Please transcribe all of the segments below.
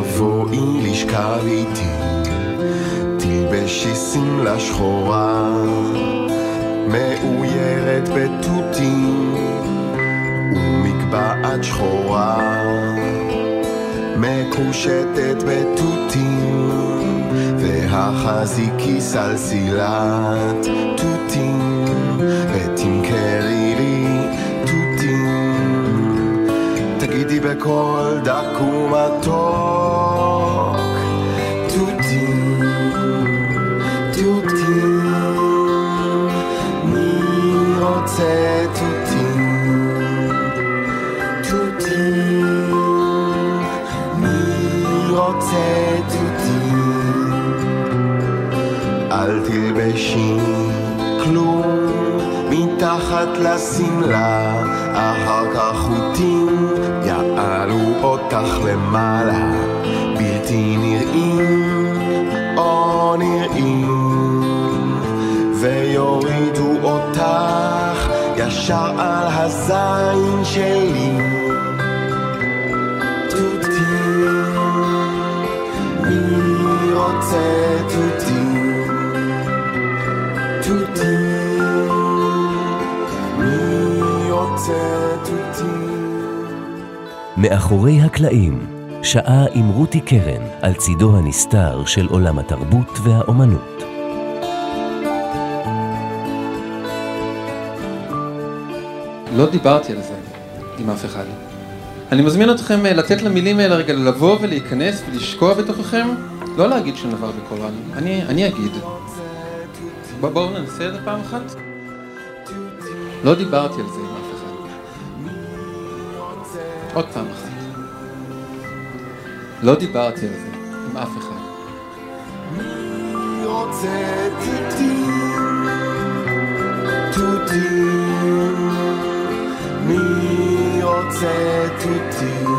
בואי לשכב איתי, תלבשי שמלה שחורה, מאוירת בתותים ומקבעת שחורה, מקושטת בתותים והחזיקי סלסילת תותים, ותמכרי לי תותים, תגידי בקול דק ומתוק, תותים, תותים, מי רוצה תותים, תותים, מי רוצה תותים, אל תלבשי כלום מתחת לשמלה, אחר כך חוטים יעלו אותך למעלה, בלתי נראים או נראים, ויורידו אותך ישר על הזין שלי, תותים, מי רוצה תותים, תותים, מי רוצה תותים. מאחורי הקלעים, שעה עם רותי קרן על צידו הנסתר של עולם התרבות והאומנות. לא דיברתי על זה עם אף אחד. אני מזמין אתכם לתת למילים האלה רגע לבוא ולהיכנס ולשקוע בתוככם, לא להגיד שום דבר בקול רם. אני אגיד. בואו ננסה את זה פעם אחת. לא דיברתי על זה עם אף אחד. עוד פעם אחת. לא דיברתי על זה עם אף אחד. מי רוצה תותים, תותים, מי רוצה תותים.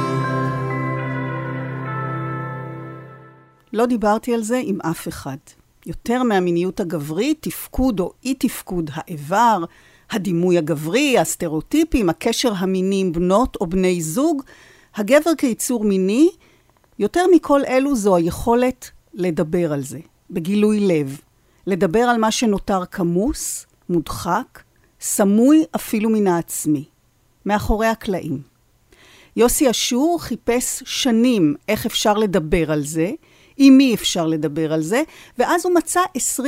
לא דיברתי על זה עם אף אחד. יותר מהמיניות הגברית, תפקוד או אי תפקוד האיבר, הדימוי הגברי, הסטריאוטיפים, הקשר המיני עם בנות או בני זוג, הגבר כיצור מיני, יותר מכל אלו זו היכולת לדבר על זה, בגילוי לב, לדבר על מה שנותר כמוס, מודחק, סמוי אפילו מן העצמי, מאחורי הקלעים. יוסי אשור חיפש שנים איך אפשר לדבר על זה, עם מי אפשר לדבר על זה, ואז הוא מצא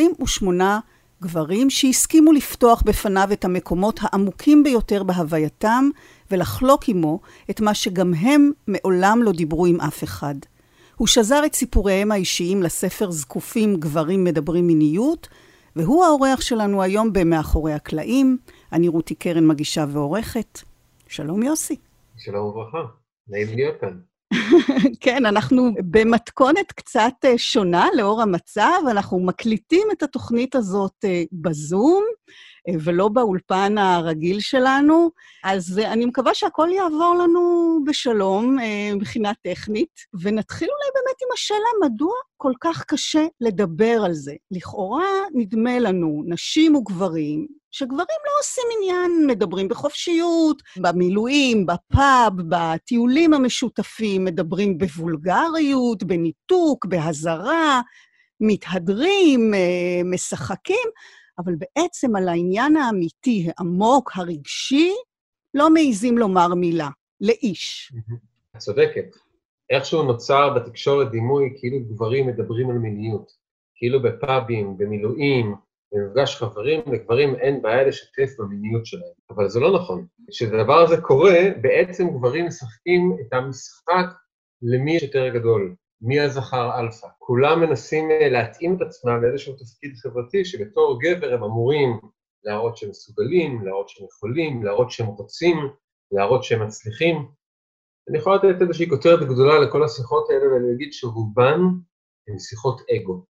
28 גברים שהסכימו לפתוח בפניו את המקומות העמוקים ביותר בהווייתם, ולחלוק עמו את מה שגם הם מעולם לא דיברו עם אף אחד. הוא שזר את סיפוריהם האישיים לספר זקופים גברים מדברים מיניות, והוא האורח שלנו היום במאחורי הקלעים. אני רותי קרן, מגישה ועורכת. שלום יוסי. שלום וברכה, נעים להיות כאן. כן, אנחנו במתכונת קצת שונה לאור המצב, אנחנו מקליטים את התוכנית הזאת בזום, ולא באולפן הרגיל שלנו, אז אני מקווה שהכל יעבור לנו בשלום מבחינה טכנית, ונתחיל אולי באמת עם השאלה, מדוע כל כך קשה לדבר על זה? לכאורה נדמה לנו, נשים וגברים, שגברים לא עושים עניין, מדברים בחופשיות, במילואים, בפאב, בטיולים המשותפים, מדברים בוולגריות, בניתוק, בהזרה, מתהדרים, משחקים, אבל בעצם על העניין האמיתי, העמוק, הרגשי, לא מעיזים לומר מילה, לאיש. צודקת. איכשהו נוצר בתקשורת דימוי כאילו גברים מדברים על מיניות, כאילו בפאבים, במילואים, במפגש חברים, לגברים אין בעיה לשתף במיניות שלהם. אבל זה לא נכון. כשהדבר הזה קורה, בעצם גברים משחקים את המשחק למי יותר גדול. מי הזכר אלפא. כולם מנסים להתאים את עצמם לאיזשהו תפקיד חברתי, שבתור גבר הם אמורים להראות שהם מסוגלים, להראות שהם יכולים, להראות שהם רוצים, להראות שהם מצליחים. אני יכול לתת איזושהי כותרת גדולה לכל השיחות האלה, ואני אגיד שרובן הן שיחות אגו.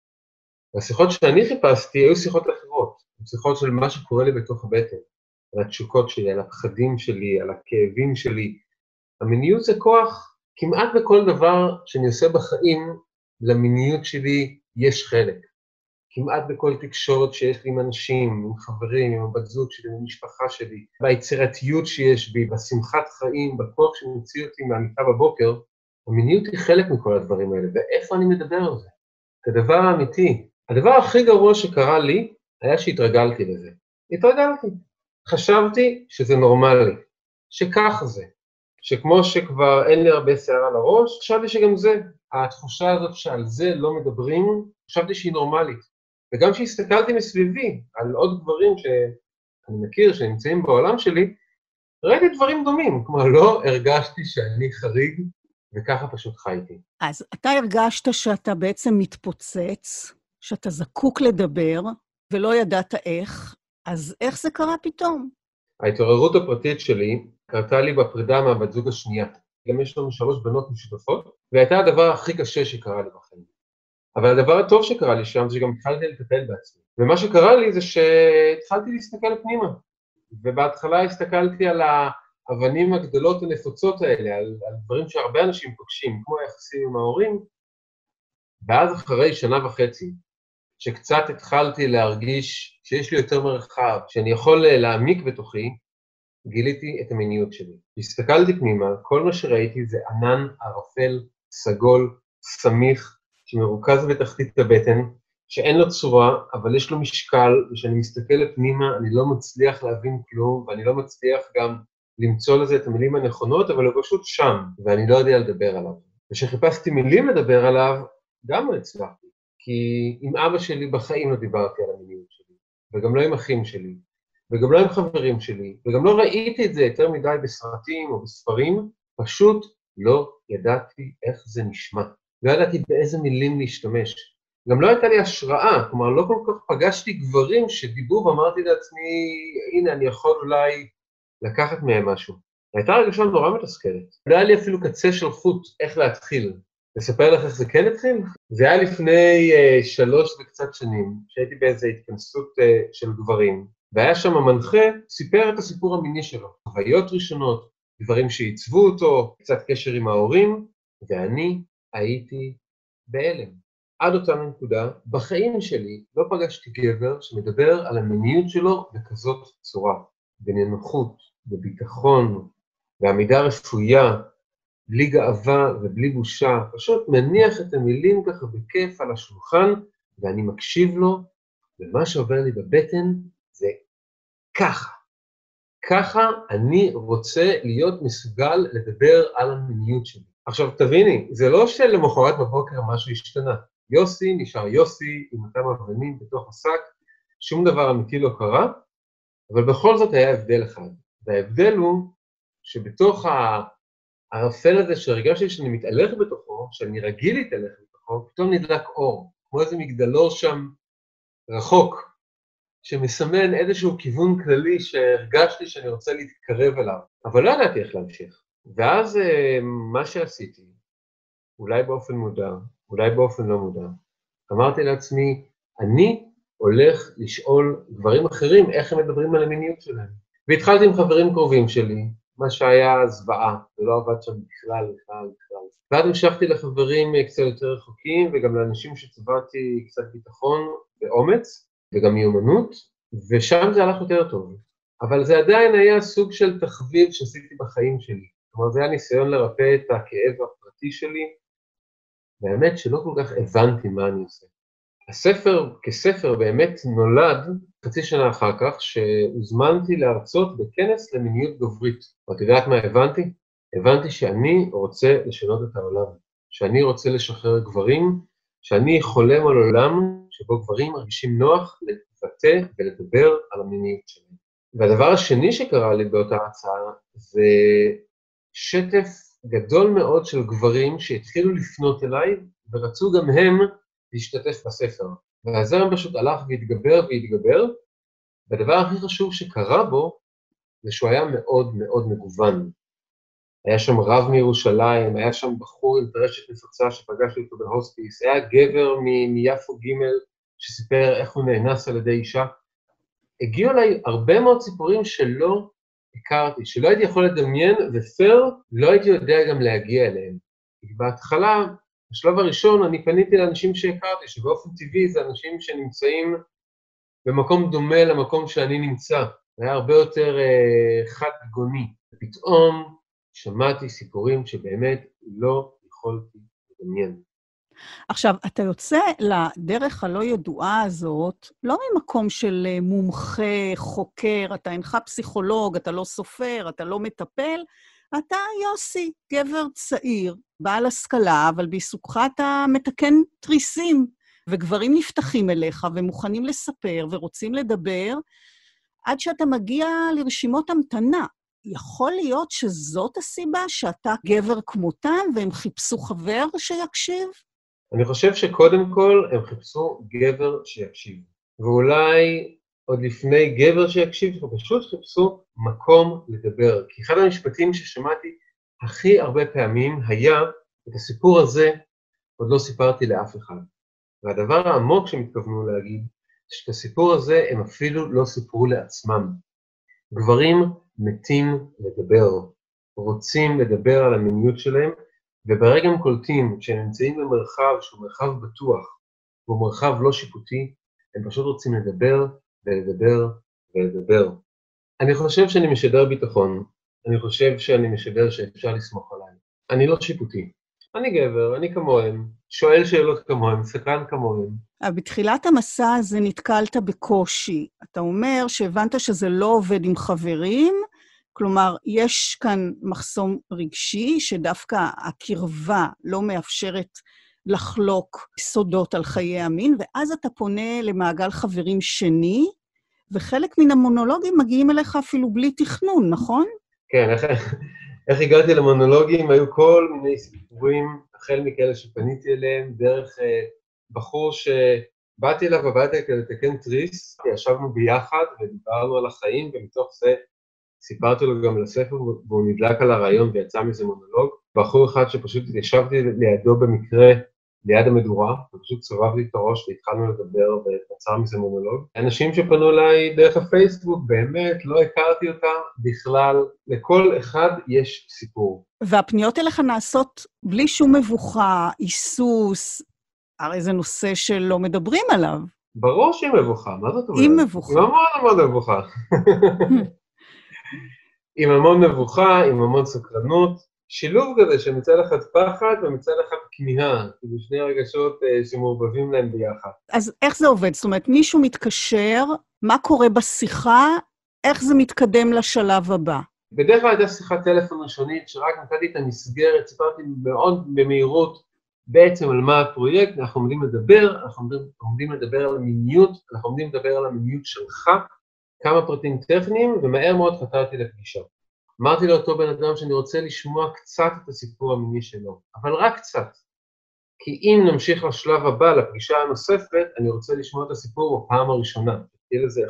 והשיחות שאני חיפשתי היו שיחות אחרות, שיחות של מה שקורה לי בתוך הבטן, על התשוקות שלי, על הפחדים שלי, על הכאבים שלי. המיניות זה כוח, כמעט בכל דבר שאני עושה בחיים, למיניות שלי יש חלק. כמעט בכל תקשורת שיש לי עם אנשים, עם חברים, עם הבת זוג שלי, עם המשפחה שלי, ביצירתיות שיש בי, בשמחת חיים, בכוח שמוציא אותי מהמיטה בבוקר, המיניות היא חלק מכל הדברים האלה, ואיפה אני מדבר על זה? את הדבר האמיתי. הדבר הכי גרוע שקרה לי, היה שהתרגלתי לזה. התרגלתי. חשבתי שזה נורמלי, שכך זה, שכמו שכבר אין לי הרבה שיער על הראש, חשבתי שגם זה, התחושה הזאת שעל זה לא מדברים, חשבתי שהיא נורמלית. וגם כשהסתכלתי מסביבי על עוד דברים שאני מכיר, שנמצאים בעולם שלי, ראיתי דברים דומים, כלומר לא הרגשתי שאני חריג, וככה פשוט חייתי. אז אתה הרגשת שאתה בעצם מתפוצץ, שאתה זקוק לדבר, ולא ידעת איך, אז איך זה קרה פתאום? ההתעוררות הפרטית שלי קרתה לי בפרידה מהבת זוג השנייה. גם יש לנו 3 בנות משותפות, והייתה הדבר הכי קשה שקרה לי בחיים. אבל הדבר הטוב שקרה לי שם זה שגם התחלתי לטפל בעצמי. ומה שקרה לי זה שהתחלתי להסתכל פנימה. ובהתחלה הסתכלתי על האבנים הגדולות הנפוצות האלה, על דברים שהרבה אנשים פוגשים, כמו היחסים עם ההורים. ואז אחרי 1.5 שנה, שקצת התחלתי להרגיש שיש לי יותר מרחב, שאני יכול להעמיק בתוכי, גיליתי את המיניות שלי. הסתכלתי פנימה, כל מה שראיתי זה ענן ערפל, סגול, סמיך, שמרוכז בתחתית הבטן, שאין לו צורה, אבל יש לו משקל, ושאני מסתכל פנימה, אני לא מצליח להבין כלום, ואני לא מצליח גם למצוא לזה את המילים הנכונות, אבל הוא פשוט שם, ואני לא יודע לדבר עליו. וכשחיפשתי מילים לדבר עליו, גם לא הצלחתי, כי עם אבא שלי בחיים לא דיברתי על המיניות שלי, וגם לא עם אחים שלי, וגם לא עם חברים שלי, וגם לא ראיתי את זה יותר מדי בסרטים או בספרים, פשוט לא ידעתי איך זה נשמע. לא ידעתי באיזה מילים להשתמש. גם לא הייתה לי השראה, כלומר לא כל כך פגשתי גברים שדיברו ואמרתי לעצמי, הנה אני יכול אולי לקחת מהם משהו. הייתה הרגשה נורא מתסכלת. לא היה לי אפילו קצה של חוט איך להתחיל. לספר לך איך זה כן התחיל? זה היה לפני 3 וקצת שנים, שהייתי באיזו התכנסות של גברים, והיה שם המנחה, סיפר את הסיפור המיני שלו, חוויות ראשונות, דברים שעיצבו אותו, קצת קשר עם ההורים, ואני הייתי בהלם. עד אותה נקודה, בחיים שלי לא פגשתי גבר שמדבר על המיניות שלו בכזאת צורה, בנינוחות, בביטחון, בעמידה רפויה, בלי גאווה ובלי בושה, פשוט מניח את המילים ככה בכיף על השולחן, ואני מקשיב לו, ומה שעובר לי בבטן זה ככה. ככה אני רוצה להיות מסוגל לדבר על המיניות שלי. עכשיו תביני, זה לא שלמחרת בבוקר משהו השתנה. יוסי נשאר יוסי עם אותם אבנים בתוך השק, שום דבר אמיתי לא קרה, אבל בכל זאת היה הבדל אחד. וההבדל הוא שבתוך הערפל הזה שהרגשתי שאני מתהלך בתוכו, שאני רגיל להתהלך בתוכו, פתאום נדלק אור, כמו איזה מגדלור שם רחוק, שמסמן איזשהו כיוון כללי שהרגשתי שאני רוצה להתקרב אליו, אבל לא ידעתי איך להמשיך. ואז מה שעשיתי, אולי באופן מודע, אולי באופן לא מודע, אמרתי לעצמי, אני הולך לשאול גברים אחרים איך הם מדברים על המיניות שלהם. והתחלתי עם חברים קרובים שלי, מה שהיה זוועה, ולא עבד שם בכלל. ואז המשכתי לחברים קצת יותר רחוקים, וגם לאנשים שצבעתי קצת ביטחון ואומץ, וגם מיומנות, ושם זה הלך יותר טוב. אבל זה עדיין היה סוג של תחביב שעשיתי בחיים שלי. כלומר, זה היה ניסיון לרפא את הכאב הפרטי שלי, והאמת שלא כל כך הבנתי מה אני עושה. הספר כספר באמת נולד 0.5 שנה אחר כך, שהוזמנתי להרצות בכנס למיניות גברית. ואת יודעת מה הבנתי? הבנתי שאני רוצה לשנות את העולם, שאני רוצה לשחרר גברים, שאני חולם על עולם שבו גברים מרגישים נוח לבטא ולדבר על המיניות שלהם. והדבר השני שקרה לי באותה הצעה, זה שטף גדול מאוד של גברים שהתחילו לפנות אליי, ורצו גם הם להשתתף בספר. והזרם פשוט הלך והתגבר, והדבר הכי חשוב שקרה בו, זה שהוא היה מאוד מאוד מגוון. היה שם רב מירושלים, היה שם בחור עם טרשת נפוצה שפגשתי אותו בהוספיס, היה גבר מיפו ג' שסיפר איך הוא נאנס על ידי אישה. הגיעו אליי הרבה מאוד סיפורים שלא הכרתי, שלא הייתי יכול לדמיין, ופר לא הייתי יודע גם להגיע אליהם. בהתחלה, בשלב הראשון, אני פניתי לאנשים שהכרתי, שבאופן טבעי זה אנשים שנמצאים במקום דומה למקום שאני נמצא. זה היה הרבה יותר חד גוני. ופתאום שמעתי סיפורים שבאמת לא יכולתי לדמיין. עכשיו, אתה יוצא לדרך הלא ידועה הזאת, לא ממקום של מומחה, חוקר, אתה אינך פסיכולוג, אתה לא סופר, אתה לא מטפל, אתה יוסי, גבר צעיר, בעל השכלה, אבל בעיסוקך אתה מתקן תריסים, וגברים נפתחים אליך ומוכנים לספר ורוצים לדבר, עד שאתה מגיע לרשימות המתנה. יכול להיות שזאת הסיבה שאתה גבר כמותם והם חיפשו חבר שיקשיב? אני חושב שקודם כל הם חיפשו גבר שיקשיב, ואולי עוד לפני גבר שיקשיב, הם פשוט חיפשו מקום לדבר, כי אחד המשפטים ששמעתי הכי הרבה פעמים היה, את הסיפור הזה עוד לא סיפרתי לאף אחד, והדבר העמוק שהם התכוונו להגיד, שאת הסיפור הזה הם אפילו לא סיפרו לעצמם. גברים מתים לדבר, רוצים לדבר על המיניות שלהם, וברגע הם קולטים שהם נמצאים במרחב שהוא מרחב בטוח, והוא מרחב לא שיפוטי, הם פשוט רוצים לדבר ולדבר ולדבר. אני חושב שאני משדר ביטחון, אני חושב שאני משדר שאפשר לסמוך עליי. אני לא שיפוטי, אני גבר, אני כמוהם, שואל שאלות כמוהם, סקרן כמוהם. בתחילת המסע הזה נתקלת בקושי. אתה אומר שהבנת שזה לא עובד עם חברים, כלומר, יש כאן מחסום רגשי, שדווקא הקרבה לא מאפשרת לחלוק סודות על חיי המין, ואז אתה פונה למעגל חברים שני, וחלק מן המונולוגים מגיעים אליך אפילו בלי תכנון, נכון? כן, איך הגעתי למונולוגים? היו כל מיני סיפורים, החל מכאלה שפניתי אליהם, דרך בחור שבאתי אליו הביתה כדי לתקן תריס, ישבנו ביחד ודיברנו על החיים, ומתוך זה סיפרתי לו גם לספר, והוא נדלק על הרעיון ויצא מזה מונולוג. בחור אחד שפשוט ישבתי לידו במקרה, ליד המדורה, ופשוט סובבתי את הראש והתחלנו לדבר ויצא מזה מונולוג. אנשים שפנו אליי דרך הפייסבוק, באמת לא הכרתי אותם בכלל, לכל אחד יש סיפור. והפניות אליך נעשות בלי שום מבוכה, איסוס, הרי זה נושא שלא מדברים עליו. ברור שהיא מבוכה, מה זאת אומרת? עם מבוכה. עם המון מבוכה. עם המון מבוכה, עם המון סקרנות, שילוב כזה שמצד אחד פחד ומצד אחד כמיהה, כאילו שני רגשות שמעורבבים להם ביחד. אז איך זה עובד? זאת אומרת, מישהו מתקשר, מה קורה בשיחה, איך זה מתקדם לשלב הבא? בדרך כלל הייתה שיחת טלפון ראשונית, שרק נתתי את המסגרת, סיפרתי מאוד במהירות בעצם על מה הפרויקט, אנחנו עומדים לדבר על המיניות, אנחנו עומדים לדבר על המיניות שלך, כמה פרטים טכניים, ומהר מאוד חתרתי לפגישה. אמרתי לאותו בן אדם שאני רוצה לשמוע קצת את הסיפור המיני שלו, אבל רק קצת. כי אם נמשיך לשלב הבא, לפגישה הנוספת, אני רוצה לשמוע את הסיפור בפעם הראשונה. תהיה לזה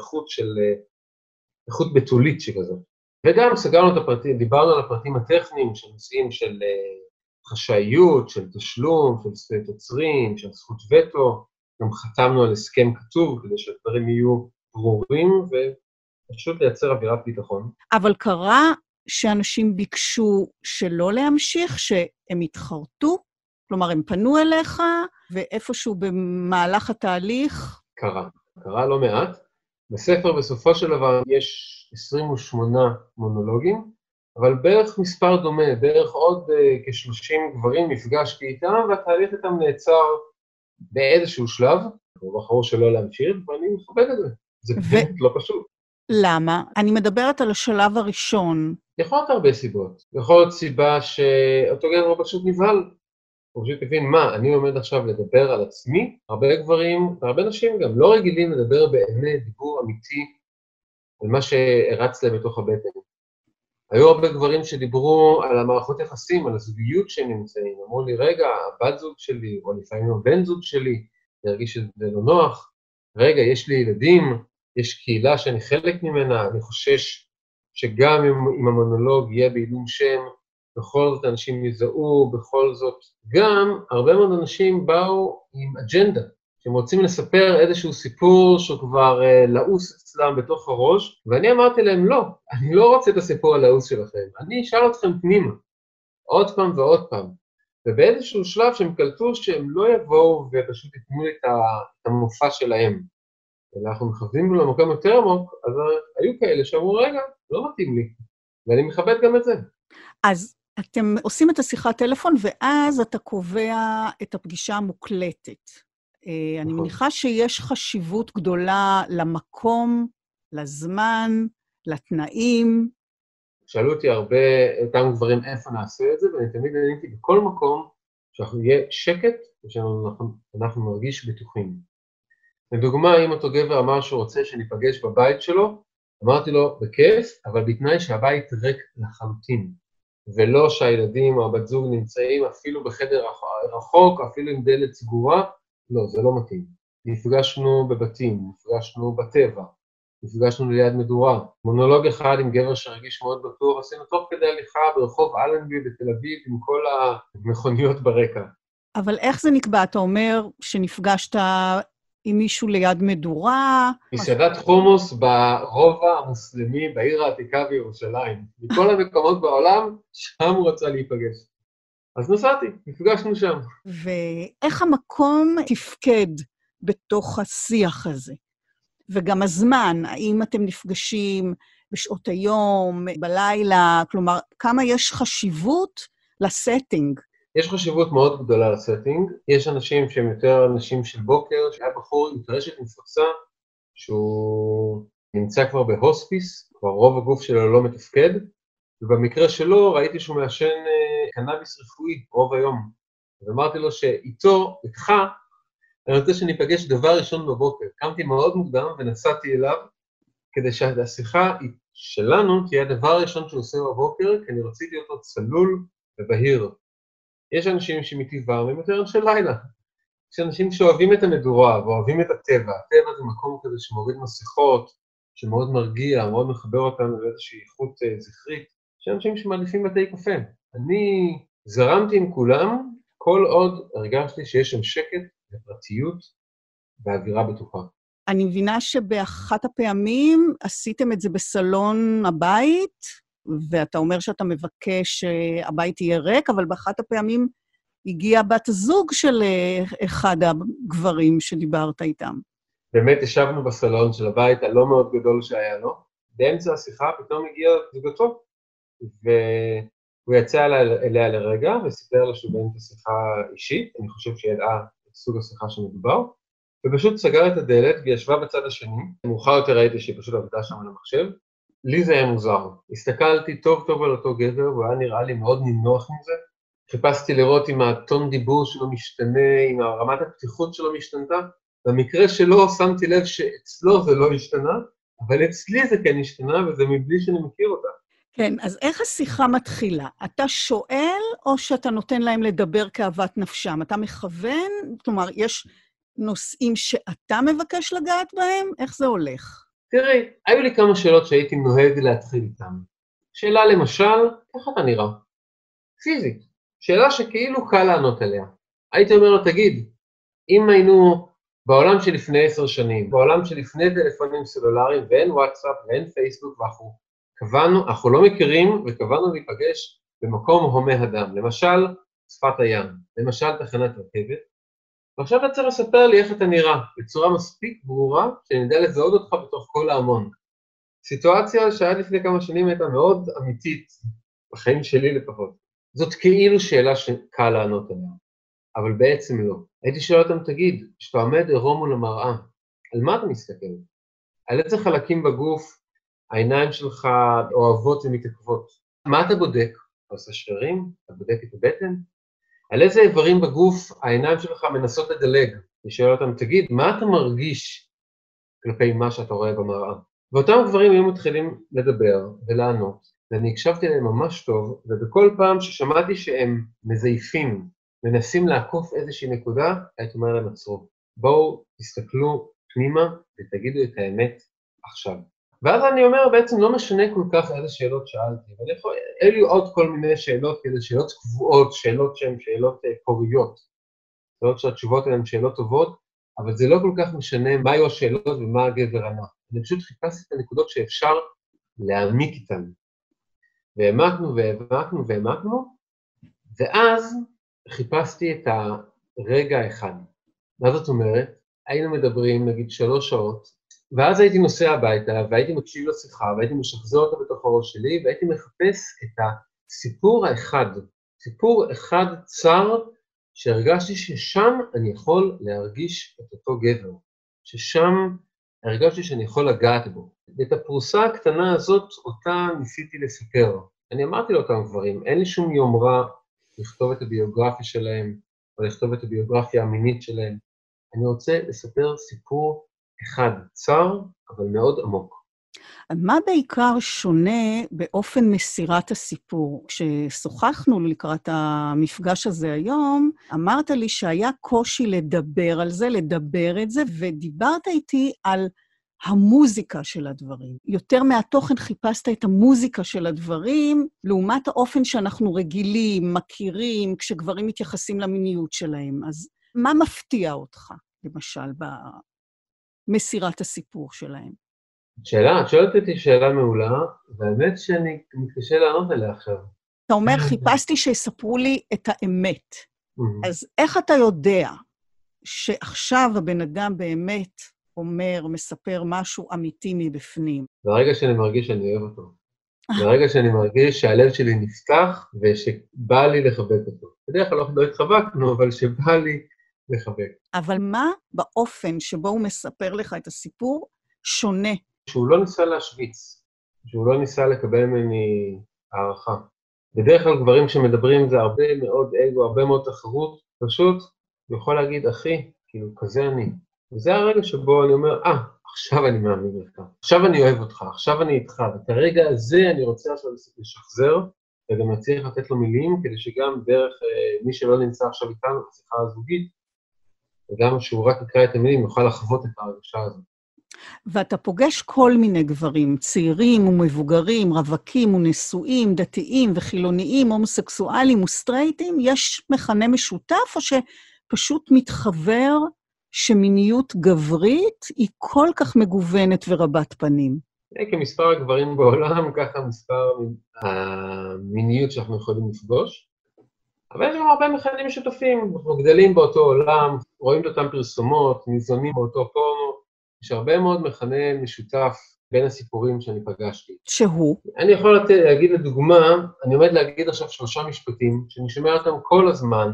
איכות בתולית שכזאת. וגם סגרנו את הפרטים, דיברנו על הפרטים הטכניים, של נושאים של חשאיות, של תשלום, של זכויות יוצרים, של זכות וטו, גם חתמנו על הסכם כתוב, כדי שהדברים יהיו ברורים, ופשוט לייצר אווירת ביטחון. אבל קרה שאנשים ביקשו שלא להמשיך, שהם התחרטו, כלומר, הם פנו אליך, ואיפשהו במהלך התהליך... קרה לא מעט. בספר בסופו של דבר יש 28 מונולוגים, אבל בערך מספר דומה, בערך עוד כ-30 גברים נפגשתי איתם, והתהליך איתם נעצר באיזשהו שלב, הוא בחרו שלא להמשיך, ואני מכבד את זה. זה באמת לא פשוט. למה? אני מדברת על השלב הראשון. יכול להיות הרבה סיבות. יכול להיות סיבה שאותו גבר פשוט נבהל. הוא פשוט הבין מה, אני עומד עכשיו לדבר על עצמי, הרבה גברים, והרבה נשים גם לא רגילים לדבר באמת דיבור אמיתי על מה שהרץ להם בתוך הבטן. היו הרבה גברים שדיברו על המערכות יחסים, על הזוגיות שהם נמצאים, אמרו לי, רגע, הבת זוג שלי, או לפעמים הבן זוג שלי, ירגיש שזה לא נוח, רגע, יש לי ילדים, יש קהילה שאני חלק ממנה, אני חושש שגם אם המונולוג יהיה בעילום שם, בכל זאת אנשים יזהו, בכל זאת גם הרבה מאוד אנשים באו עם אג'נדה, שהם רוצים לספר איזשהו סיפור שכבר לעוס אצלם בתוך הראש, ואני אמרתי להם לא, אני לא רוצה את הסיפור הלעוס שלכם, אני אשאל אתכם פנימה, עוד פעם ועוד פעם, ובאיזשהו שלב שהם קלטו שהם לא יבואו ופשוט יתנו לי את המופע שלהם, אלא אנחנו מכוונים למקום יותר עמוק, אז היו כאלה שאמרו רגע, לא מתאים לי, ואני מכבד גם את זה. אז אתם עושים את השיחת טלפון, ואז אתה קובע את הפגישה המוקלטת. אני מניחה שיש חשיבות גדולה למקום, לזמן, לתנאים. שאלו אותי הרבה אותם דברים איפה נעשה את זה, ואני תמיד עניתי בכל מקום שאנחנו נהיה שקט, ושאנחנו נרגיש בטוחים. לדוגמה, אם אותו גבר אמר שהוא רוצה שניפגש בבית שלו, אמרתי לו, בכיף, אבל בתנאי שהבית ריק לחלוטין, ולא שהילדים או הבת זוג נמצאים אפילו בחדר רחוק, אפילו עם דלת סגורה, לא, זה לא מתאים. נפגשנו בבתים, נפגשנו בטבע, נפגשנו ליד מדורה. מונולוג אחד עם גבר שרגיש מאוד בטוח, עשינו תוך כדי הליכה ברחוב אלנבי בתל אביב עם כל המכוניות ברקע. אבל איך זה נקבע? אתה אומר שנפגשת עם מישהו ליד מדורה? מסעדת חומוס ברובע המוסלמי בעיר העתיקה בירושלים. מכל המקומות בעולם, שם הוא רצה להיפגש. אז נסעתי, נפגשנו שם. ואיך המקום תפקד בתוך השיח הזה? וגם הזמן, האם אתם נפגשים בשעות היום, בלילה, כלומר, כמה יש חשיבות לסטינג? יש חשיבות מאוד גדולה לסטינג, יש אנשים שהם יותר אנשים של בוקר, שהיה בחור עם טרשת נפוצה, שהוא נמצא כבר בהוספיס, כבר רוב הגוף שלו לא מתפקד, ובמקרה שלו ראיתי שהוא מעשן קנאביס רפואי רוב היום, ואמרתי לו שאיתו, איתך, אני רוצה שניפגש דבר ראשון בבוקר. קמתי מאוד מוקדם ונסעתי אליו, כדי שהשיחה שלנו תהיה הדבר הראשון שהוא עושה בבוקר, כי אני רציתי אותו צלול ובהיר. יש אנשים שמטבעם הם יותר אנשי לילה. יש אנשים שאוהבים את המדורה ואוהבים את הטבע. הטבע זה מקום כזה שמוריד מסכות, שמאוד מרגיע, מאוד מחבר אותנו לאיזושהי איכות זכרית. יש אנשים שמעדיפים בתי קפה. אני זרמתי עם כולם, כל עוד הרגשתי שיש שם שקט ופרטיות ואווירה בטוחה. אני מבינה שבאחת הפעמים עשיתם את זה בסלון הבית, ואתה אומר שאתה מבקש שהבית יהיה ריק, אבל באחת הפעמים הגיעה בת הזוג של אחד הגברים שדיברת איתם. באמת ישבנו בסלון של הבית הלא מאוד גדול שהיה לו, באמצע השיחה פתאום הגיע זוגתו, והוא יצא אליה לרגע וסיפר לה שהוא באמצע שיחה אישית, אני חושב שידעה את סוג השיחה שמדובר, ופשוט סגר את הדלת וישבה בצד השני, מאוחר יותר ראיתי שהיא פשוט עבדה שם על המחשב, לי זה היה מוזר. הסתכלתי טוב טוב על אותו גבר, והוא היה נראה לי מאוד נינוח עם זה. חיפשתי לראות אם הטון דיבור שלו משתנה, אם הרמת הפתיחות שלו משתנתה. במקרה שלו שמתי לב שאצלו זה לא השתנה, אבל אצלי זה כן השתנה, וזה מבלי שאני מכיר אותה. כן, אז איך השיחה מתחילה? אתה שואל, או שאתה נותן להם לדבר כאוות נפשם? אתה מכוון? כלומר, יש נושאים שאתה מבקש לגעת בהם? איך זה הולך? תראי, היו לי כמה שאלות שהייתי נוהג להתחיל איתן. שאלה למשל, איך אתה נראה? פיזית. שאלה שכאילו קל לענות עליה. הייתי אומר לו, תגיד, אם היינו בעולם שלפני 10 שנים, בעולם שלפני טלפונים סלולריים, ואין וואטסאפ ואין פייסבוק, אנחנו לא מכירים וקבענו להיפגש במקום הומה אדם, למשל שפת הים, למשל תחנת רכבת, ועכשיו אתה צריך לספר לי איך אתה נראה, בצורה מספיק ברורה, שאני יודע לזהות אותך בתוך כל ההמון. סיטואציה שעד לפני כמה שנים הייתה מאוד אמיתית, בחיים שלי לפחות. זאת כאילו שאלה שקל לענות עליה, אבל בעצם לא. הייתי שואל אותם, תגיד, שאתה עומד עירום מול המראה, על מה אתה מסתכל? על איזה חלקים בגוף העיניים שלך אוהבות ומתעכבות? מה אתה בודק? אתה עושה שרירים? אתה בודק את הבטן? על איזה איברים בגוף העיניים שלך מנסות לדלג? אני שואל אותם, תגיד, מה אתה מרגיש כלפי מה שאתה רואה במראה? ואותם גברים היו מתחילים לדבר ולענות, ואני הקשבתי להם ממש טוב, ובכל פעם ששמעתי שהם מזייפים, מנסים לעקוף איזושהי נקודה, הייתי אומר להם עצרו. בואו תסתכלו פנימה ותגידו את האמת עכשיו. ואז אני אומר, בעצם לא משנה כל כך איזה שאלות שאלתי, אבל היו לי עוד כל מיני שאלות, כאלה שאלות קבועות, שאלות שהן שאלות קוריות, שאלות שהתשובות הן שאלות טובות, אבל זה לא כל כך משנה מה היו השאלות ומה הגבר ענה. אני פשוט חיפשתי את הנקודות שאפשר להעמיק איתן. והעמקנו והעמקנו והעמקנו, ואז חיפשתי את הרגע האחד. מה זאת אומרת? היינו מדברים, נגיד 3 שעות, ואז הייתי נוסע הביתה, והייתי מקשיב לשיחה, והייתי משחזר אותה בתוך הראש שלי, והייתי מחפש את סיפור אחד צר, שהרגשתי ששם אני יכול להרגיש את אותו גבר, ששם הרגשתי שאני יכול לגעת בו. ואת הפרוסה הקטנה הזאת, אותה ניסיתי לספר. אני אמרתי לאותם גברים, אין לי שום יומרה לכתוב את הביוגרפיה שלהם, או לכתוב את הביוגרפיה המינית שלהם. אני רוצה לספר סיפור אחד, צר, אבל מאוד עמוק. מה בעיקר שונה באופן מסירת הסיפור? כששוחחנו לקראת המפגש הזה היום, אמרת לי שהיה קושי לדבר על זה, לדבר את זה, ודיברת איתי על המוזיקה של הדברים. יותר מהתוכן חיפשת את המוזיקה של הדברים, לעומת האופן שאנחנו רגילים, מכירים, כשגברים מתייחסים למיניות שלהם. אז מה מפתיע אותך, למשל, במסירת הסיפור שלהם? שאלה, את שואלת אותי שאלה מעולה, והאמת שאני מתקשה לענות עליה עכשיו. אתה אומר, חיפשתי שיספרו לי את האמת. אז איך אתה יודע שעכשיו הבן אדם באמת אומר, מספר משהו אמיתי מבפנים? ברגע שאני מרגיש שאני אוהב אותו. ברגע שאני מרגיש שהלב שלי נפתח, ושבא לי לחבק אותו. בדרך כלל לא התחבקנו, אבל שבא לי לחבק. אבל מה באופן שבו הוא מספר לך את הסיפור שונה? שהוא לא ניסה להשוויץ, שהוא לא ניסה לקבל ממני הערכה. בדרך כלל גברים שמדברים זה הרבה מאוד אגו, הרבה מאוד תחרות, פשוט הוא יכול להגיד, אחי, כאילו, כזה אני. וזה הרגע שבו אני אומר, עכשיו אני מאמין לך, עכשיו אני אוהב אותך, עכשיו אני איתך, ואת הרגע הזה אני רוצה עכשיו לשחזר, וגם צריך לתת לו מילים, כדי שגם דרך מי שלא נמצא עכשיו איתנו, בשיחה הזוגית, וגם שהוא רק יקרא את המילים, יוכל לחוות את ההרגשה הזאת. ואתה פוגש כל מיני גברים, צעירים ומבוגרים, רווקים ונשואים, דתיים וחילוניים, הומוסקסואלים וסטרייטים, יש מכנה משותף או שפשוט מתחבר שמיניות גברית היא כל כך מגוונת ורבת פנים? כמספר הגברים בעולם, ככה מספר המיניות שאנחנו יכולים לפגוש. אבל יש גם הרבה מכנים משותפים, אנחנו גדלים באותו עולם, רואים את אותם פרסומות, ניזונים באותו פורנו, יש הרבה מאוד מכנה משותף בין הסיפורים שאני פגשתי. שהוא? אני יכול להגיד לדוגמה, אני עומד להגיד עכשיו 3 משפטים, שאני שומע אותם כל הזמן,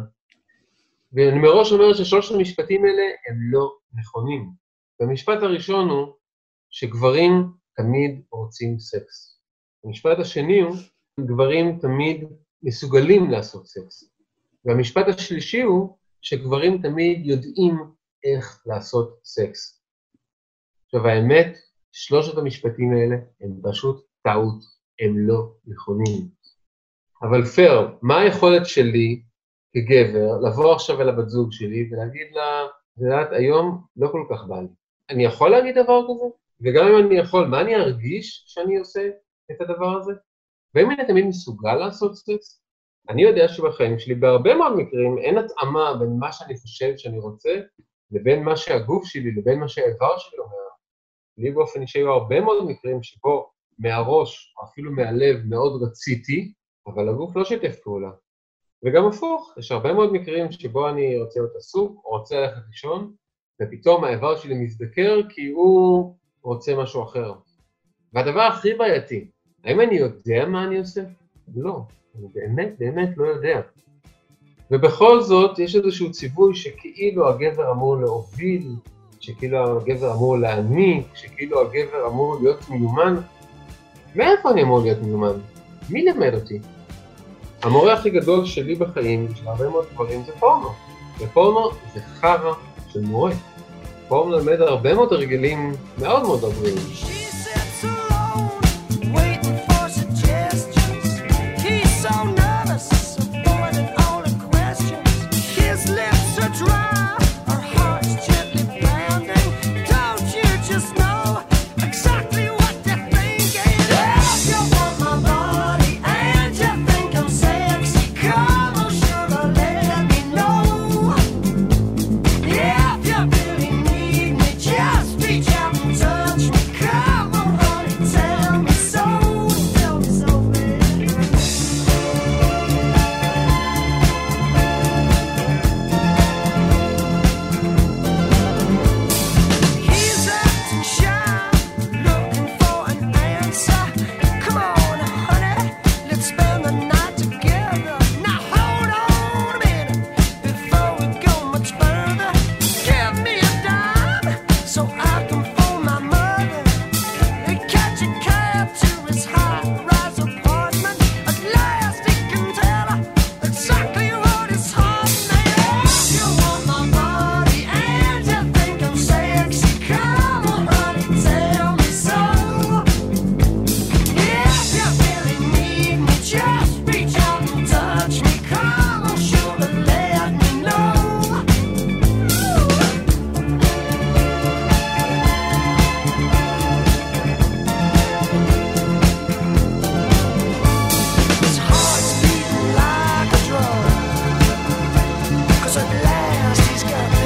ואני מראש אומר ששלושת המשפטים האלה הם לא נכונים. והמשפט הראשון הוא שגברים תמיד רוצים סקס. המשפט השני הוא, גברים תמיד מסוגלים לעשות סקס. והמשפט השלישי הוא, שגברים תמיד יודעים איך לעשות סקס. עכשיו, האמת, שלושת המשפטים האלה הם פשוט טעות, הם לא נכונים. אבל פייר, מה היכולת שלי כגבר לבוא עכשיו אל הבת זוג שלי ולהגיד לה, לדעת, היום לא כל כך בא לי. אני יכול להגיד דבר כזה? וגם אם אני יכול, מה אני ארגיש שאני עושה את הדבר הזה? ואם אני תמיד מסוגל לעשות סקס? אני יודע שבחיים שלי בהרבה מאוד מקרים אין התאמה בין מה שאני חושב שאני רוצה, לבין מה שהגוף שלי, לבין מה שהאיבר שלי אומר. לי באופן אישי היו הרבה מאוד מקרים שבו מהראש, או אפילו מהלב, מאוד רציתי, אבל הגוף לא שיתף פעולה. וגם הפוך, יש הרבה מאוד מקרים שבו אני רוצה להיות עסוק, או רוצה ללכת לישון, ופתאום האיבר שלי מזדקר כי הוא רוצה משהו אחר. והדבר הכי בעייתי, האם אני יודע מה אני עושה? לא, אני באמת לא יודע. ובכל זאת, יש איזשהו ציווי שכאילו הגבר אמור להוביל, שכאילו הגבר אמור להעניק, שכאילו הגבר אמור להיות מיומן. מאיפה אני אמור להיות מיומן? מי למד אותי? המורה הכי גדול שלי בחיים, של הרבה מאוד דברים, זה פורנו. ופורנו זה חרא של מורה. פורנו למד הרבה מאוד הרגלים מאוד מאוד עוברים.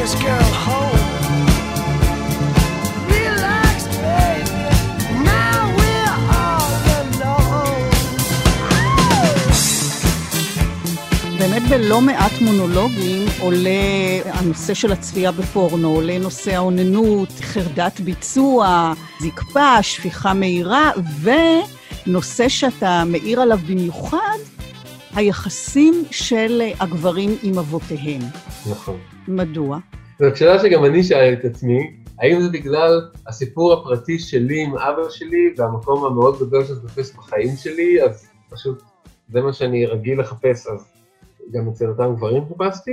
this girl home. Relax, baby, now we're all alone. באמת בלא מעט מונולוגים עולה הנושא של הצפייה בפורנו, עולה נושא האוננות, חרדת ביצוע, זקפה, שפיכה מהירה, ונושא שאתה מאיר עליו במיוחד, היחסים של הגברים עם אבותיהם. נכון. מדוע? זאת שאלה שגם אני שאל את עצמי, האם זה בגלל הסיפור הפרטי שלי עם אבא שלי, והמקום המאוד גדול שזה תופס בחיים שלי, אז פשוט זה מה שאני רגיל לחפש, אז גם אצל אותם גברים חיפשתי,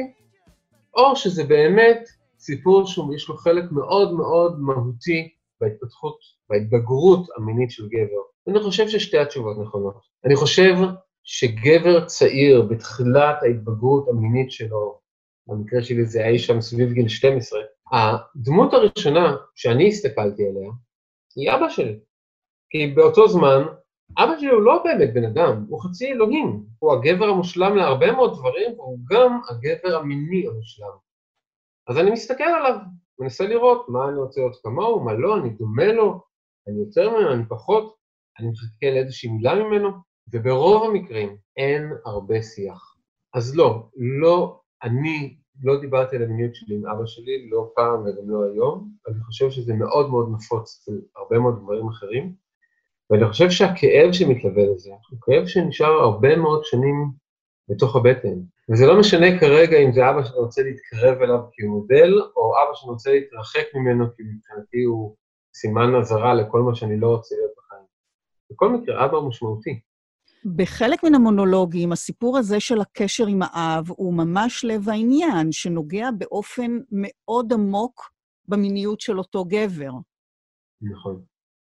או שזה באמת סיפור שיש לו חלק מאוד מאוד מהותי בהתפתחות, בהתבגרות המינית של גבר. אני חושב ששתי התשובות נכונות. אני חושב שגבר צעיר בתחילת ההתבגרות המינית שלו, במקרה שלי זה היה שם סביב גיל 12, הדמות הראשונה שאני הסתכלתי עליה היא אבא שלי. כי באותו זמן, אבא שלי הוא לא באמת בן אדם, הוא חצי אלוהים. הוא הגבר המושלם להרבה מאוד דברים, והוא גם הגבר המיני המושלם. אז אני מסתכל עליו, מנסה לראות מה אני רוצה להיות כמוהו, מה לא, אני דומה לו, אני יותר ממנו, אני פחות, אני מחכה לאיזושהי מילה ממנו, וברוב המקרים אין הרבה שיח. אז לא, אני לא דיברתי על המיניות שלי עם אבא שלי, לא פעם וגם לא היום, אני חושב שזה מאוד מאוד נפוץ אצל הרבה מאוד דברים אחרים, ואני חושב שהכאב שמתלווה לזה, הוא כאב שנשאר הרבה מאוד שנים בתוך הבטן. וזה לא משנה כרגע אם זה אבא שאני רוצה להתקרב אליו כי הוא מודל, או אבא שאני רוצה להתרחק ממנו כי מבחינתי הוא סימן נזרה לכל מה שאני לא רוצה להיות בחיים. בכל מקרה, אבא הוא משמעותי. בחלק מן המונולוגים, הסיפור הזה של הקשר עם האב הוא ממש לב העניין, שנוגע באופן מאוד עמוק במיניות של אותו גבר. נכון.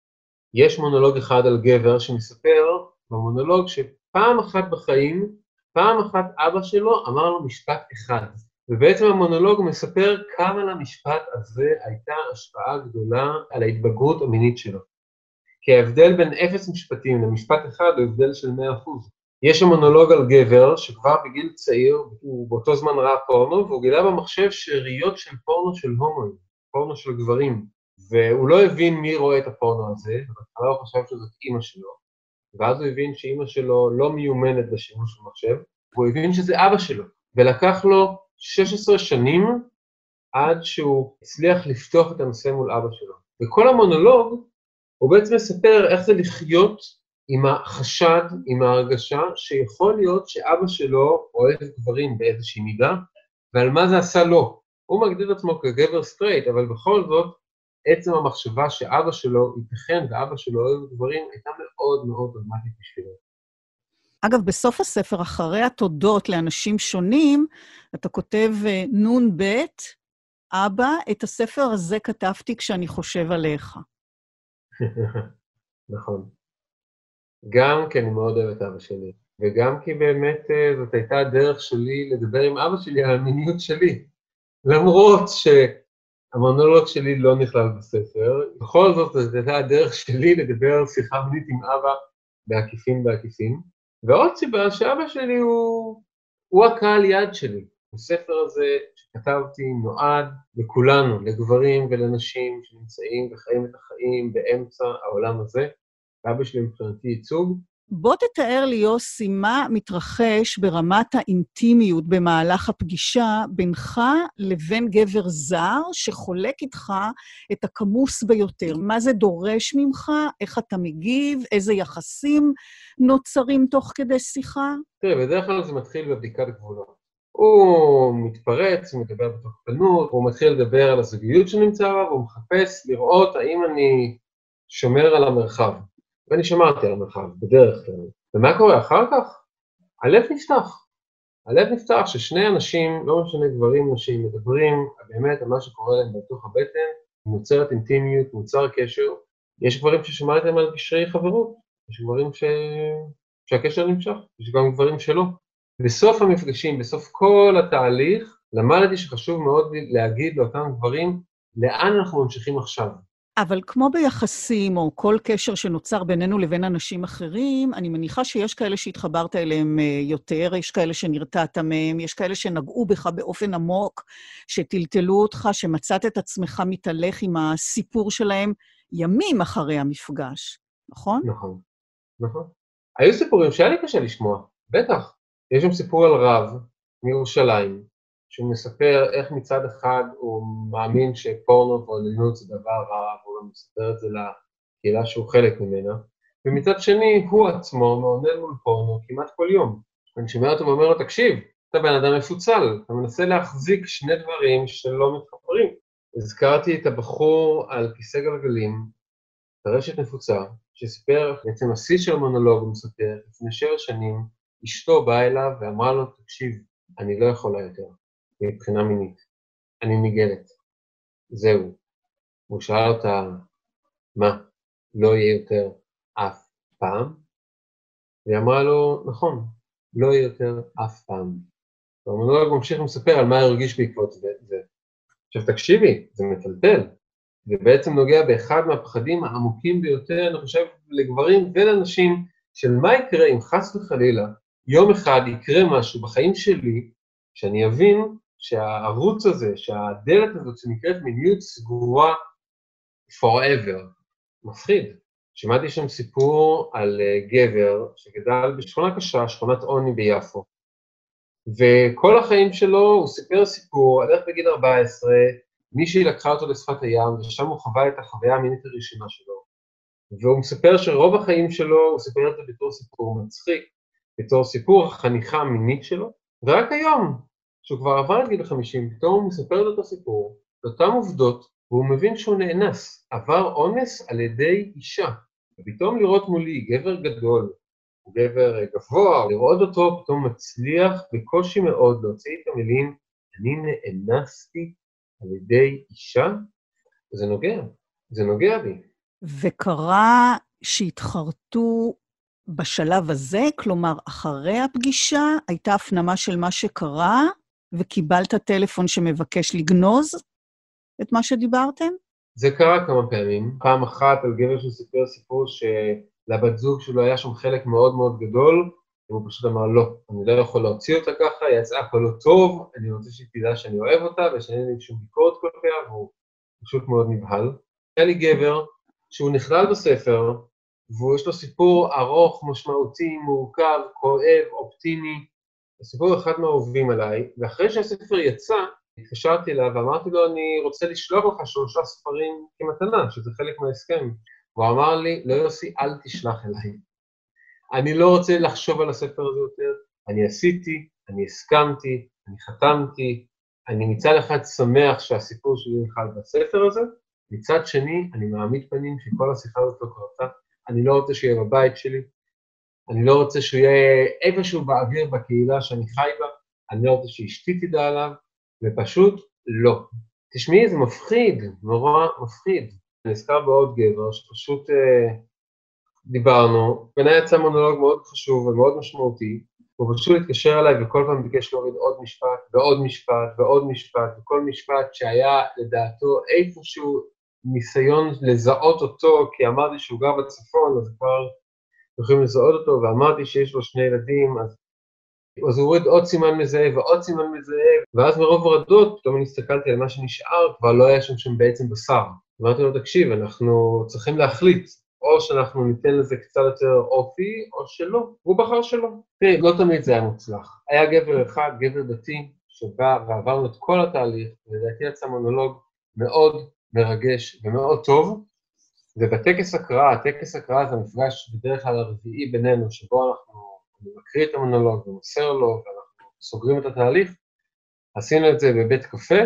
יש מונולוג אחד על גבר שמספר במונולוג שפעם אחת בחיים, פעם אחת אבא שלו אמר לו משפט אחד. ובעצם המונולוג מספר כמה למשפט הזה הייתה השפעה גדולה על ההתבגרות המינית שלו. כי ההבדל בין 0 משפטים למשפט אחד הוא הבדל של 100%. יש המונולוג על גבר שכבר בגיל צעיר, הוא באותו זמן ראה פורנו, והוא גילה במחשב שאריות של פורנו של הומואים, פורנו של גברים. והוא לא הבין מי רואה את הפורנו הזה, אבל הוא חשב שזאת אמא שלו. ואז הוא הבין שאמא שלו לא מיומנת בשימוש במחשב, והוא הבין שזה אבא שלו. ולקח לו 16 שנים עד שהוא הצליח לפתוח את הנושא מול אבא שלו. וכל המונולוג הוא בעצם מספר איך זה לחיות עם החשד, עם ההרגשה, שיכול להיות שאבא שלו אוהב גברים באיזושהי מידה, ועל מה זה עשה לו. הוא מגדיר עצמו כגבר סטרייט, אבל בכל זאת, עצם המחשבה שאבא שלו ייתכן ואבא שלו אוהב גברים, הייתה מאוד מאוד דרמטית בשבילו. אגב, בסוף הספר, אחרי התודות לאנשים שונים, אתה כותב נון בית, אבא, את הספר הזה כתבתי כשאני חושב עליך. נכון. גם כי אני מאוד אוהב את אבא שלי, וגם כי באמת זאת הייתה הדרך שלי לדבר עם אבא שלי על המיניות שלי. למרות שהמונולוג שלי לא נכלל בספר, בכל זאת הייתה הדרך שלי לדבר על שיחה מינית עם אבא בעקיפין. ועוד סיבה שאבא שלי הוא הקהל יד שלי. הספר הזה שכתבתי נועד לכולנו, לגברים ולנשים שנמצאים וחיים את החיים באמצע העולם הזה. אבא שלי מבחינתי ייצוג. בוא תתאר לי, יוסי, מה מתרחש ברמת האינטימיות במהלך הפגישה בינך לבין גבר זר שחולק איתך את הכמוס ביותר. מה זה דורש ממך? איך אתה מגיב? איזה יחסים נוצרים תוך כדי שיחה? תראה, בדרך כלל זה מתחיל בבדיקת גבולות. הוא מתפרץ, הוא מדבר בתוקפנות, הוא מתחיל לדבר על הזוגיות שנמצא בה, והוא מחפש לראות האם אני שומר על המרחב. ואני שמרתי על המרחב, בדרך כלל. ומה קורה אחר כך? הלב נפתח. הלב נפתח ששני אנשים, לא משנה גברים, נשים, מדברים, באמת על מה שקורה להם בתוך הבטן, נוצרת אינטימיות, נוצר קשר. יש גברים ששמרתם על קשרי חברות, יש גברים שהקשר נמשך, יש גם גברים שלא. בסוף המפגשים, בסוף כל התהליך, למדתי שחשוב מאוד להגיד לאותם גברים, לאן אנחנו ממשיכים עכשיו. אבל כמו ביחסים, או כל קשר שנוצר בינינו לבין אנשים אחרים, אני מניחה שיש כאלה שהתחברת אליהם יותר, יש כאלה שנרתעת מהם, יש כאלה שנגעו בך באופן עמוק, שטלטלו אותך, שמצאת את עצמך מתהלך עם הסיפור שלהם ימים אחרי המפגש, נכון? נכון, נכון. היו סיפורים שהיה לי קשה לשמוע, בטח. יש שם סיפור על רב מירושלים, שהוא מספר איך מצד אחד הוא מאמין שפורנו ואוננות זה דבר רע, והוא גם מספר את זה לקהילה שהוא חלק ממנה, ומצד שני הוא עצמו מעונן מול פורנו כמעט כל יום. אני שומע אותו ואומר לו, תקשיב, אתה בן אדם מפוצל, אתה מנסה להחזיק שני דברים שלא מתחברים. הזכרתי את הבחור על כיסא גלגלים, ברשת נפוצה, שסיפר, בעצם השיא של המונולוג הוא מספר, לפני 7 שנים, אשתו באה אליו ואמרה לו, תקשיב, אני לא יכולה יותר, מבחינה מינית, אני ניגלת, זהו. הוא שאל אותה, מה, לא יהיה יותר אף פעם? והיא אמרה לו, נכון, לא יהיה יותר אף פעם. והמונולוג ממשיך ומספר על מה הרגיש בעקבות זה. עכשיו תקשיבי, זה מטלטל. זה בעצם נוגע באחד מהפחדים העמוקים ביותר, אני חושב, לגברים ולנשים, של מה יקרה אם חס וחלילה, יום אחד יקרה משהו בחיים שלי, שאני אבין שהערוץ הזה, שהדלת הזאת שנקראת מיניות סגורה forever, מפחיד. שמעתי שם סיפור על גבר שגדל בשכונה קשה, שכונת עוני ביפו, וכל החיים שלו הוא סיפר סיפור, על איך בגיל 14, מישהי לקחה אותו לשפת הים, ושם הוא חווה את החוויה המינית הראשונה שלו. והוא מספר שרוב החיים שלו, הוא סיפר את זה בתור סיפור מצחיק, בתור סיפור החניכה המינית שלו, ורק היום, שהוא כבר עבר את גיל 50, פתאום הוא מספר את אותו סיפור, באותן עובדות, והוא מבין שהוא נאנס, עבר אונס על ידי אישה. ופתאום לראות מולי גבר גדול, גבר גבוה, לראות אותו פתאום מצליח בקושי מאוד להוציא את המילים, אני נאנסתי על ידי אישה, זה נוגע בי. וקרה שהתחרטו בשלב הזה, כלומר, אחרי הפגישה, הייתה הפנמה של מה שקרה, וקיבלת טלפון שמבקש לגנוז את מה שדיברתם? זה קרה כמה פעמים. פעם אחת על גבר שסיפר סיפור שלבת זוג שלו היה שם חלק מאוד מאוד גדול, והוא פשוט אמר, לא, אני לא יכול להוציא אותה ככה, היא יצאה הכל לא טוב, אני רוצה שהיא תדע שאני אוהב אותה, ושאין לי שום ביקורת כלפיה, והוא פשוט מאוד נבהל. היה לי גבר שהוא נכלל בספר, ויש לו סיפור ארוך, משמעותי, מורכב, כואב, אופטימי, הסיפור אחד מהאהובים עליי, ואחרי שהספר יצא, התקשרתי אליו ואמרתי לו, אני רוצה לשלוח לך 3 ספרים כמתנה, שזה חלק מההסכם. הוא אמר לי, לא יוסי, אל תשלח אליי. אני לא רוצה לחשוב על הספר הזה יותר, אני עשיתי, אני הסכמתי, אני חתמתי, אני מצד אחד שמח שהסיפור שלי נכלל בספר הזה, מצד שני, אני מעמיד פנים שכל השיחה הזאת לא קרתה, אני לא רוצה שיהיה בבית שלי, אני לא רוצה שהוא יהיה איפשהו באוויר בקהילה שאני חי בה, אני לא רוצה שאשתי תדע עליו, ופשוט לא. תשמעי, זה מפחיד, נורא מפחיד. אני נזכר בעוד גבר שפשוט דיברנו, בעיניי יצא מונולוג מאוד חשוב ומאוד משמעותי, הוא פשוט התקשר אליי וכל פעם ביקש להוריד עוד משפט ועוד משפט ועוד משפט, וכל משפט שהיה לדעתו איפשהו ניסיון לזהות אותו, כי אמרתי שהוא גר בצפון, אז כבר יכולים לזהות אותו, ואמרתי שיש לו 2 ילדים, אז הוא הוריד עוד סימן מזהה ועוד סימן מזהה, ואז מרוב ורדות, פתאום אני הסתכלתי על מה שנשאר, כבר לא היה שם בעצם בשר. אמרתי לו, תקשיב, אנחנו צריכים להחליט, או שאנחנו ניתן לזה קצת יותר אופי, או שלא. הוא בחר שלא. תראי, לא תמיד זה היה מוצלח. היה גבר אחד, גבר דתי, שבא ועברנו את כל התהליך, ולדעתי יצא מונולוג מאוד מרגש ומאוד טוב, ובטקס הקראה, טקס הקראה זה המפגש בדרך כלל הרביעי בינינו, שבו אני מקריא את המונולוג ומוסר לו, ואנחנו סוגרים את התהליך, עשינו את זה בבית קפה,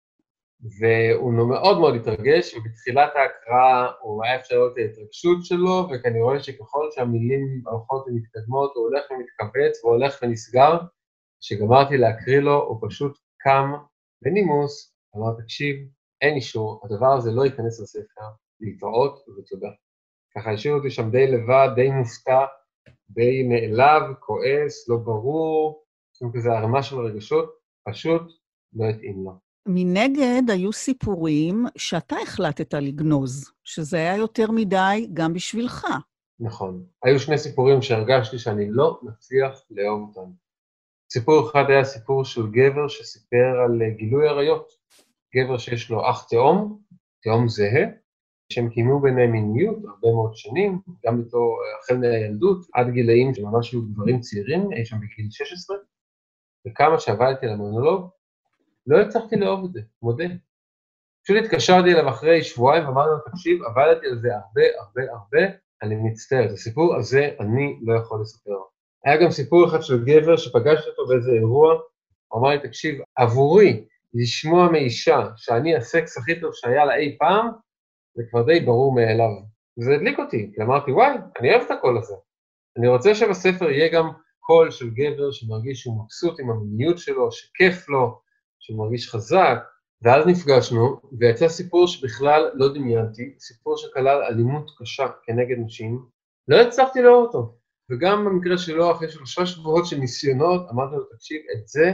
והוא מאוד מאוד התרגש, ובתחילת ההקראה הוא היה אפשר לראות את ההתרגשות שלו, וכנראה שככל שהמילים הולכות ומתקדמות, הוא הולך ומתכווץ, והוא הולך ונסגר, כשגמרתי להקריא לו, הוא פשוט קם בנימוס, אמר, תקשיב, אין אישור, הדבר הזה לא ייכנס לספר, להתראות ותודה. ככה השאיר אותי שם די לבד, די מופתע, די נעלב, כועס, לא ברור, שם כזה הרמה של הרגשות, פשוט לא התאים לו. מנגד היו סיפורים שאתה החלטת לגנוז, שזה היה יותר מדי גם בשבילך. נכון. היו שני סיפורים שהרגשתי שאני לא מצליח לאהוב אותם. סיפור אחד היה סיפור של גבר שסיפר על גילוי עריות. גבר שיש לו אח תאום, תאום זהה, שהם קיימו ביניהם מיניות הרבה מאוד שנים, גם איתו החל מהילדות, עד גילאים שממש היו גברים צעירים, אי שם בגיל 16, וכמה שעבדתי על המונולוג, לא הצלחתי לאהוב את זה, מודה. פשוט התקשרתי אליו אחרי שבועיים ואמרתי לו, תקשיב, עבדתי על זה הרבה, אני מצטער, את הסיפור הזה אני לא יכול לספר. היה גם סיפור אחד של גבר שפגשתי אותו באיזה אירוע, הוא אמר לי, תקשיב, עבורי לשמוע מאישה שאני הסקס הכי טוב שהיה לה אי פעם, זה כבר די ברור מאליו. וזה הדליק אותי, כי אמרתי, וואי, אני אוהב את הקול הזה. אני רוצה שבספר יהיה גם קול של גבר שמרגיש שהוא מבסוט עם המיניות שלו, שכיף לו, שהוא מרגיש חזק, ואז נפגשנו, ויצא סיפור שבכלל לא דמיינתי, סיפור שכלל אלימות קשה כנגד נשים, לא הצלחתי לאהוב אותו. וגם במקרה שלו, אחרי 3 שבועות של ניסיונות, אמרתי לו, תקשיב, את זה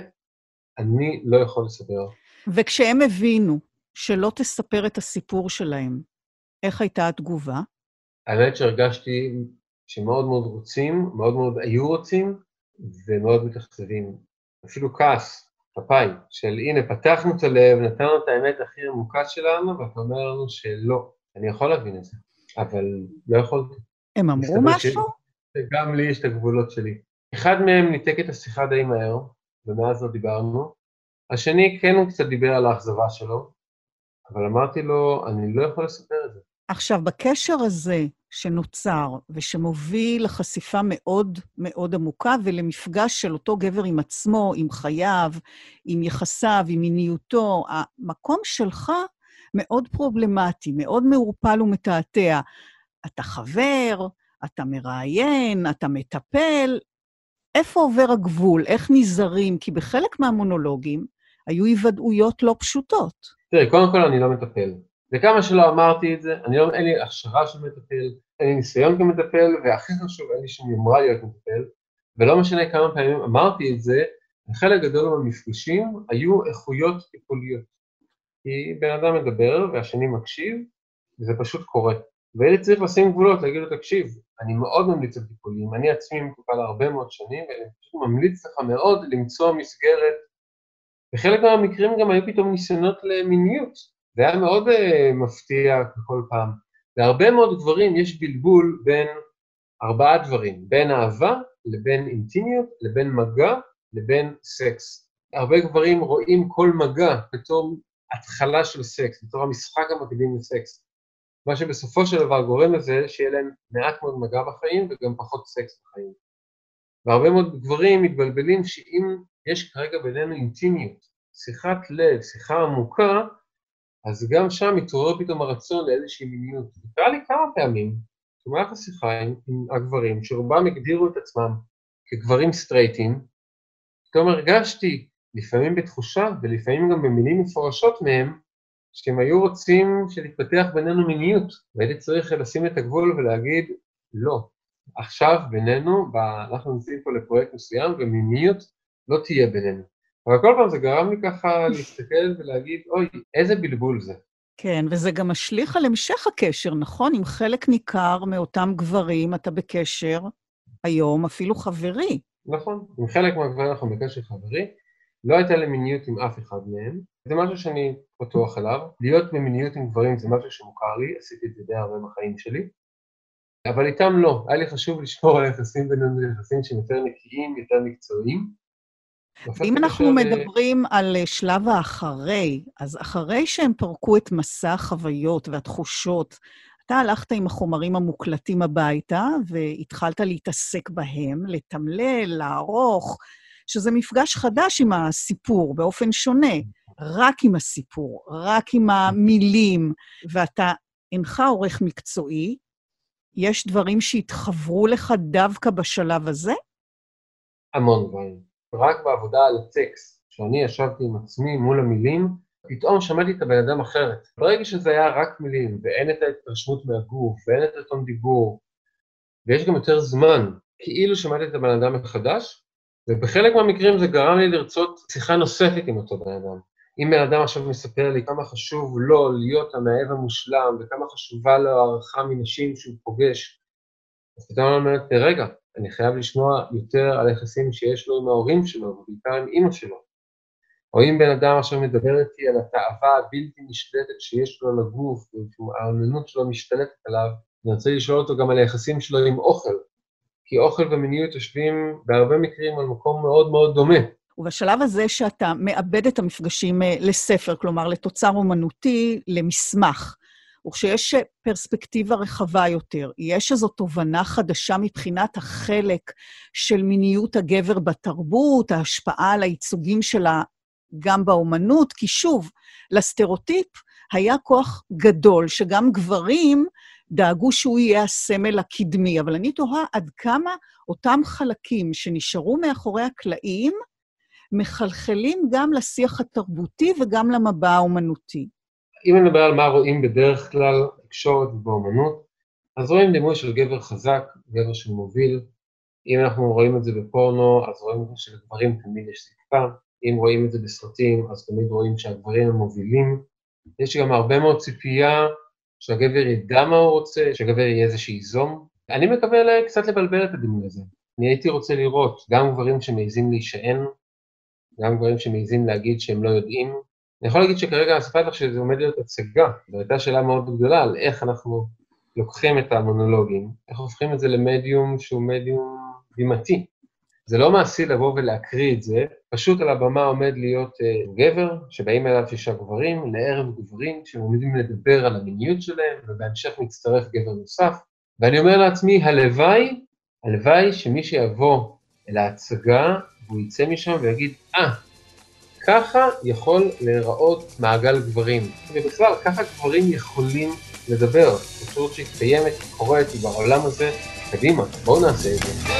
אני לא יכול לספר. וכשהם הבינו שלא תספר את הסיפור שלהם, איך הייתה התגובה? האמת שהרגשתי שמאוד מאוד רוצים, מאוד מאוד היו רוצים, ומאוד מתאכזבים. אפילו כעס, כפיים, של הנה, פתחנו את הלב, נתנו את האמת הכי עמוקה שלנו, ואתה אומר לנו שלא, אני יכול להבין את זה, אבל לא יכולתי. הם אמרו משהו? גם לי יש את הגבולות שלי. אחד מהם ניתק את השיחה די מהר, ומאז לא דיברנו. השני כן הוא קצת דיבר על האכזבה שלו, אבל אמרתי לו, אני לא יכול לספר את זה. עכשיו, בקשר הזה שנוצר ושמוביל לחשיפה מאוד מאוד עמוקה ולמפגש של אותו גבר עם עצמו, עם חייו, עם יחסיו, עם מיניותו, המקום שלך מאוד פרובלמטי, מאוד מעורפל ומתעתע. אתה חבר, אתה מראיין, אתה מטפל. איפה עובר הגבול? איך נזהרים? כי בחלק מהמונולוגים היו היוודעויות לא פשוטות. תראי, קודם כל אני לא מטפל. וכמה שלא אמרתי את זה, אין לי הכשרה של מטפל, אין לי ניסיון כמטפל, והכי חשוב, אין לי שום יומרה להיות מטפל, ולא משנה כמה פעמים אמרתי את זה, חלק גדול מהמפגשים היו איכויות טיפוליות. כי בן אדם מדבר והשני מקשיב, וזה פשוט קורה. ואלי צריך לשים גבולות, להגיד לו, תקשיב, אני מאוד ממליץ על טיפולים, אני עצמי מטופל הרבה מאוד שנים, ואני פשוט ממליץ לך מאוד למצוא מסגרת. בחלק מהמקרים גם היו פתאום ניסיונות למיניות, זה היה מאוד מפתיע כל פעם. להרבה מאוד דברים יש בלבול בין 4 דברים, בין אהבה לבין אינטימיות, לבין מגע, לבין סקס. הרבה גברים רואים כל מגע בתור התחלה של סקס, בתור המשחק המקדים לסקס. מה שבסופו של דבר גורם לזה שיהיה להם מעט מאוד מגע בחיים וגם פחות סקס בחיים. והרבה מאוד גברים מתבלבלים שאם יש כרגע בינינו אינטימיות, שיחת לב, שיחה עמוקה, אז גם שם מתעורר פתאום הרצון לאיזושהי מיניות. קרה לי כמה פעמים, שומעת השיחה עם הגברים, שרובם הגדירו את עצמם כגברים סטרייטים, פתאום הרגשתי, לפעמים בתחושה ולפעמים גם במילים מפורשות מהם, שהם היו רוצים שתתפתח בינינו מיניות, והייתי צריך לשים את הגבול ולהגיד, לא, עכשיו בינינו, אנחנו נמצאים פה לפרויקט מסוים, ומיניות לא תהיה בינינו. אבל כל פעם זה גרם לי ככה להסתכל ולהגיד, אוי, איזה בלבול זה. כן, וזה גם משליך על המשך הקשר, נכון? עם חלק ניכר מאותם גברים, אתה בקשר היום, אפילו חברי. נכון, עם חלק מהגברים אנחנו בקשר חברי, לא הייתה לי מיניות עם אף אחד מהם, זה משהו שאני פתוח עליו, להיות במיניות עם גברים זה משהו שמוכר לי, עשיתי את זה די הרבה בחיים שלי, אבל איתם לא, היה לי חשוב לשמור על היחסים בינינו, יחסים שהם יותר נקיים, יותר מקצועיים. אם אנחנו מדברים על שלב האחרי, אז אחרי שהם פרקו את מסע החוויות והתחושות, אתה הלכת עם החומרים המוקלטים הביתה, והתחלת להתעסק בהם, לתמלל, לערוך, שזה מפגש חדש עם הסיפור, באופן שונה, רק עם הסיפור, רק עם המילים, ואתה אינך עורך מקצועי, יש דברים שהתחברו לך דווקא בשלב הזה? המון דברים. רק בעבודה על הטקסט, כשאני ישבתי עם עצמי מול המילים, פתאום שמעתי את הבן אדם אחרת. ברגע שזה היה רק מילים, ואין את ההתרשמות מהגוף, ואין את הטון דיבור, ויש גם יותר זמן, כאילו שמעתי את הבן אדם מחדש, ובחלק מהמקרים זה גרם לי לרצות שיחה נוספת עם אותו בן אדם. אם בן אדם עכשיו מספר לי כמה חשוב לו להיות המאהב המושלם, וכמה חשובה לו הערכה מנשים שהוא פוגש, אז פתאום אני אומרת, רגע, אני חייב לשמוע יותר על היחסים שיש לו עם ההורים שלו, ובעיקר עם אמא שלו. או אם בן אדם עכשיו מדבר איתי על התאווה הבלתי נשלטת שיש לו לגוף, והאוננות שלו משתלטת עליו, אני רוצה לשאול אותו גם על היחסים שלו עם אוכל, כי אוכל ומיניות יושבים בהרבה מקרים על מקום מאוד מאוד דומה. ובשלב הזה שאתה מאבד את המפגשים לספר, כלומר לתוצר אומנותי, למסמך, וכשיש פרספקטיבה רחבה יותר, יש איזו תובנה חדשה מבחינת החלק של מיניות הגבר בתרבות, ההשפעה על הייצוגים שלה גם באומנות, כי שוב, לסטריאוטיפ היה כוח גדול, שגם גברים דאגו שהוא יהיה הסמל הקדמי, אבל אני תוהה עד כמה אותם חלקים שנשארו מאחורי הקלעים, מחלחלים גם לשיח התרבותי וגם למבע האומנותי. אם אני מדבר על מה רואים בדרך כלל תקשורת ובאומנות, אז רואים דימוי של גבר חזק, גבר שמוביל. אם אנחנו רואים את זה בפורנו, אז רואים שלגברים תמיד יש זקפה. אם רואים את זה בסרטים, אז תמיד רואים שהגברים הם מובילים. יש גם הרבה מאוד ציפייה שהגבר ידע מה הוא רוצה, שהגבר יהיה איזושהי זום. אני מקווה קצת לבלבל את הדימוי הזה. אני הייתי רוצה לראות גם גברים שמעיזים להישען, גם גברים שמעיזים להגיד שהם לא יודעים. אני יכול להגיד שכרגע אספת לך שזה עומד להיות הצגה. זו הייתה שאלה מאוד גדולה על איך אנחנו לוקחים את המונולוגים, איך הופכים את זה למדיום שהוא מדיום בימתי. זה לא מעשי לבוא ולהקריא את זה, פשוט על הבמה עומד להיות גבר, שבאים אליו 6 גברים, לערב גברים, שעומדים לדבר על המיניות שלהם, ובהמשך מצטרף גבר נוסף. ואני אומר לעצמי, הלוואי שמי שיבוא אל ההצגה, והוא יצא משם ויגיד, ככה יכול להיראות מעגל גברים. ובכלל, ככה גברים יכולים לדבר. פשוט שהיא קיימת, היא קורית, היא בעולם הזה. קדימה, בואו נעשה את זה.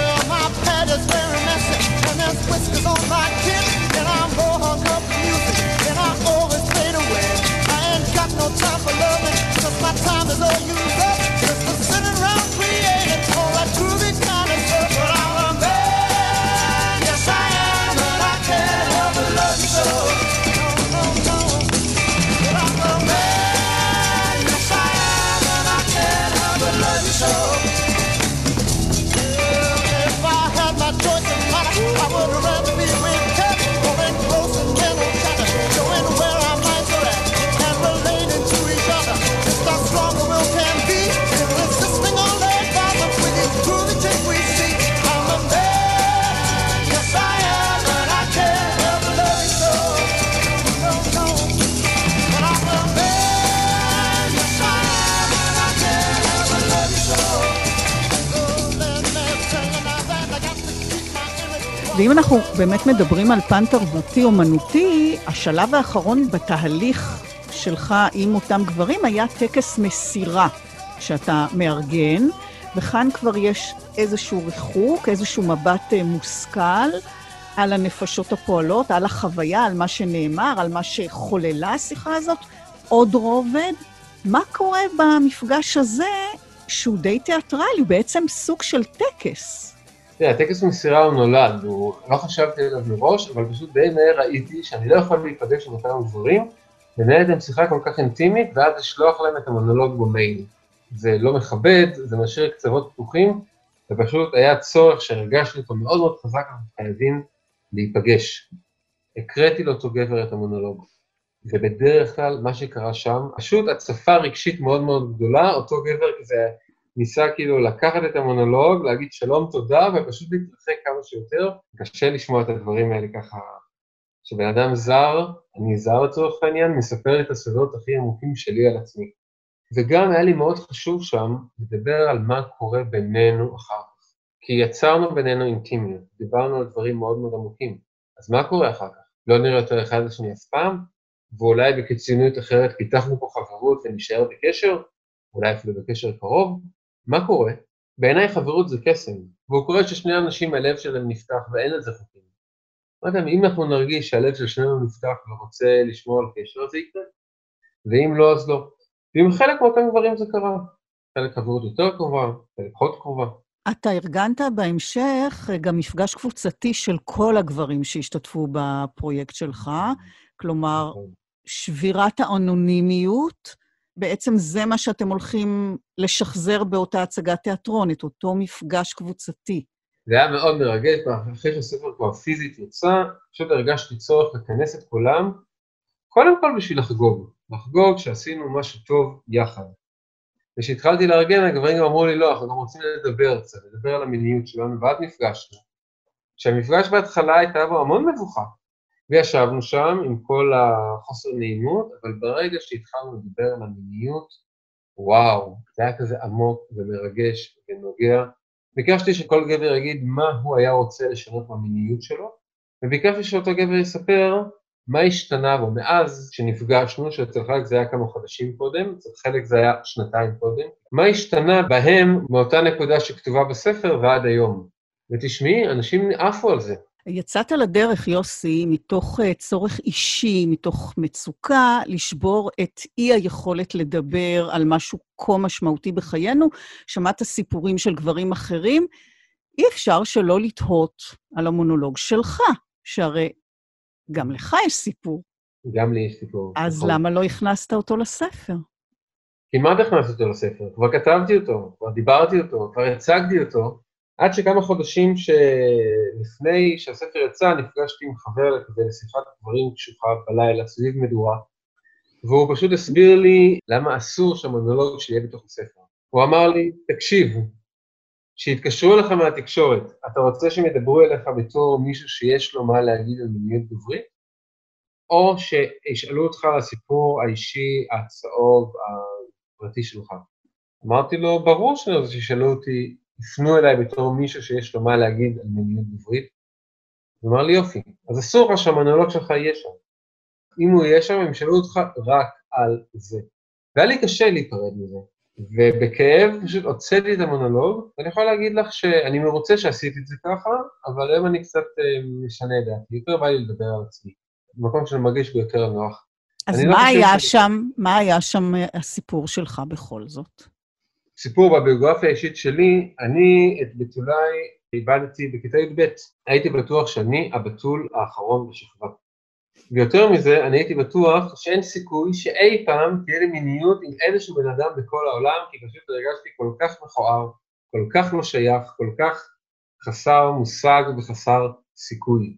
ואם אנחנו באמת מדברים על פן תרבותי אומנותי, השלב האחרון בתהליך שלך עם אותם גברים היה טקס מסירה שאתה מארגן, וכאן כבר יש איזשהו ריחוק, איזשהו מבט מושכל על הנפשות הפועלות, על החוויה, על מה שנאמר, על מה שחוללה השיחה הזאת. עוד רובד, מה קורה במפגש הזה שהוא די תיאטרלי, בעצם סוג של טקס? הטקס מסירה הוא נולד, לא חשבתי עליו מראש, אבל פשוט די מהר ראיתי שאני לא יכול להיפגש עם אותם גברים, לנהל איתם שיחה כל כך אינטימית, ואז לשלוח להם את המונולוג במייל. זה לא מכבד, זה משאיר קצוות פתוחים, ופשוט היה צורך שהרגשתי אותו מאוד מאוד חזק, חייבים להיפגש. הקראתי לאותו גבר את המונולוג, ובדרך כלל מה שקרה שם, פשוט הצפה רגשית מאוד מאוד גדולה, אותו גבר כזה ניסה כאילו לקחת את המונולוג, להגיד שלום תודה, ופשוט להתרחק כמה שיותר. קשה לשמוע את הדברים האלה ככה, שבן אדם זר, אני זר לצורך העניין, מספר את הסודות הכי עמוקים שלי על עצמי. וגם היה לי מאוד חשוב שם לדבר על מה קורה בינינו אחר כך. כי יצרנו בינינו אינטימיות, דיברנו על דברים מאוד מאוד עמוקים. אז מה קורה אחר כך? לא נראה יותר אחד לשני אף פעם, ואולי בקיצוניות אחרת פיתחנו פה חברות ונשאר בקשר, אולי אפילו בקשר קרוב. מה קורה? בעיניי חברות זה קסם, והוא קורא ששני אנשים הלב שלהם נפתח ואין לזה חוקים. אם אנחנו נרגיש שהלב של שנינו נפתח ורוצה לשמור על קשר, זה יקרה. ואם לא, אז לא. ואם חלק מאותם גברים זה קרה. חלק חברות יותר קרובה, חלק פחות קרובה. אתה ארגנת בהמשך גם מפגש קבוצתי של כל הגברים שהשתתפו בפרויקט שלך, כלומר, שבירת האנונימיות, בעצם זה מה שאתם הולכים לשחזר באותה הצגת תיאטרון, את אותו מפגש קבוצתי. זה היה מאוד מרגש, אחרי שהספר כבר פיזית יצא, פשוט הרגשתי צורך לכנס את כולם, קודם כל בשביל לחגוג שעשינו משהו טוב יחד. וכשהתחלתי לארגן, הגברים גם אמרו לי, לא, אנחנו גם רוצים לדבר על המיניות שלנו, ואז נפגשנו. כשהמפגש בהתחלה הייתה בו המון מבוכה, וישבנו שם עם כל החוסר נעימות, אבל ברגע שהתחלנו לדבר על המיניות, וואו, זה היה כזה עמוק ומרגש ונוגע. ביקשתי שכל גבר יגיד מה הוא היה רוצה לשנות במיניות שלו, וביקשתי שאותו גבר יספר מה השתנה בו מאז שנפגשנו, שאצל חלק זה היה כמה חודשים קודם, אצל חלק זה היה שנתיים קודם, מה השתנה בהם מאותה נקודה שכתובה בספר ועד היום. ותשמעי, אנשים עפו על זה. יצאת לדרך, יוסי, מתוך צורך אישי, מתוך מצוקה, לשבור את אי היכולת לדבר על משהו כה משמעותי בחיינו. שמעת סיפורים של גברים אחרים, אי אפשר שלא לתהות על המונולוג שלך, שהרי גם לך יש סיפור. גם לי יש סיפור. אז נכון. למה לא הכנסת אותו לספר? כמעט הכנסתי אותו לספר, כבר כתבתי אותו, כבר דיברתי אותו, כבר הצגתי אותו, עד שכמה חודשים שלפני שהספר יצא, נפגשתי עם חבר כזה לשיחת דברים קשוחה בלילה, סביב מדורה, והוא פשוט הסביר לי למה אסור שהמונולוג שיהיה בתוך הספר. הוא אמר לי, תקשיב, שיתקשרו לך מהתקשורת, אתה רוצה שהם ידברו אליך בתור מישהו שיש לו מה להגיד על מיניות גברית, או שישאלו אותך על הסיפור האישי, הצהוב, הפרטי שלך. אמרתי לו, ברור שאני רוצה שישאלו אותי, יפנו אליי בתור מישהו שיש לו מה להגיד על מיניות גברית. הוא אמר לי, יופי, אז אסור לך שהמונולוג שלך יהיה שם. אם הוא יהיה שם, הם ישאלו אותך רק על זה. והיה לי קשה להיפרד מזה. ובכאב פשוט הוצאתי את המונולוג, ואני יכול להגיד לך שאני מרוצה שעשיתי את זה ככה, אבל היום אני קצת משנה את דעתי, יותר בא לי לדבר על עצמי, במקום שאני מרגיש ביותר נוח. אז מה היה שם הסיפור שלך בכל זאת? סיפור בביוגרפיה האישית שלי, אני את בתולי איבדתי בכיתה י"ב. הייתי בטוח שאני הבתול האחרון בשכבה. ויותר מזה, אני הייתי בטוח שאין סיכוי שאי פעם תהיה לי מיניות עם איזשהו בן אדם בכל העולם, כי פשוט הרגשתי כל כך מכוער, כל כך לא שייך, כל כך חסר מושג וחסר סיכוי.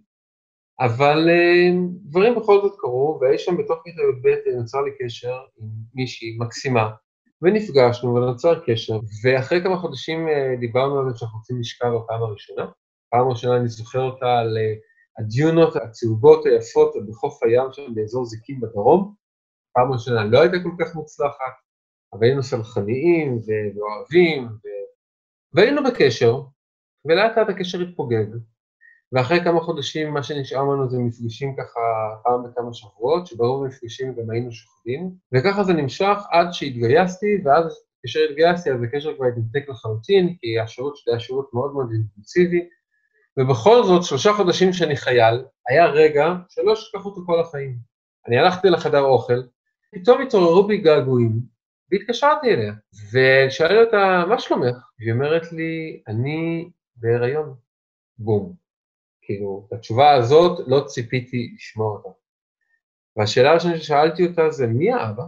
אבל דברים בכל זאת קרו, והי שם בתוך כיתה י"ב נוצר לי קשר עם מישהי מקסימה, ונפגשנו ונוצר קשר, ואחרי כמה חודשים דיברנו על זה שאנחנו רוצים לשכב בפעם הראשונה. פעם ראשונה אני זוכר אותה על הדיונות הצהובות היפות בחוף הים שם באזור זיקים בדרום. פעם ראשונה לא הייתה כל כך מוצלחת, אבל היינו סלחניים ואוהבים, והיינו בקשר, ולאט לאט הקשר התפוגג. ואחרי כמה חודשים מה שנשאר לנו זה מפגשים ככה פעם בכמה שבועות, שברוב המפגשים גם היינו שוכבים, וככה זה נמשך עד שהתגייסתי, ואז כאשר התגייסתי אז הקשר כבר התנתק לחלוטין, כי השירות שלי היה שירות מאוד מאוד אינטנסיבי, ובכל זאת 3 חודשים שאני חייל, היה רגע שלא אשכח אותו כל החיים. אני הלכתי לחדר אוכל, פתאום התעוררו בי געגועים, והתקשרתי אליה, ושאלתי אותה, מה שלומך? והיא אומרת לי, אני בהיריון. בום. כאילו, התשובה הזאת לא ציפיתי לשמוע אותה. והשאלה הראשונה ששאלתי אותה זה, מי האבא?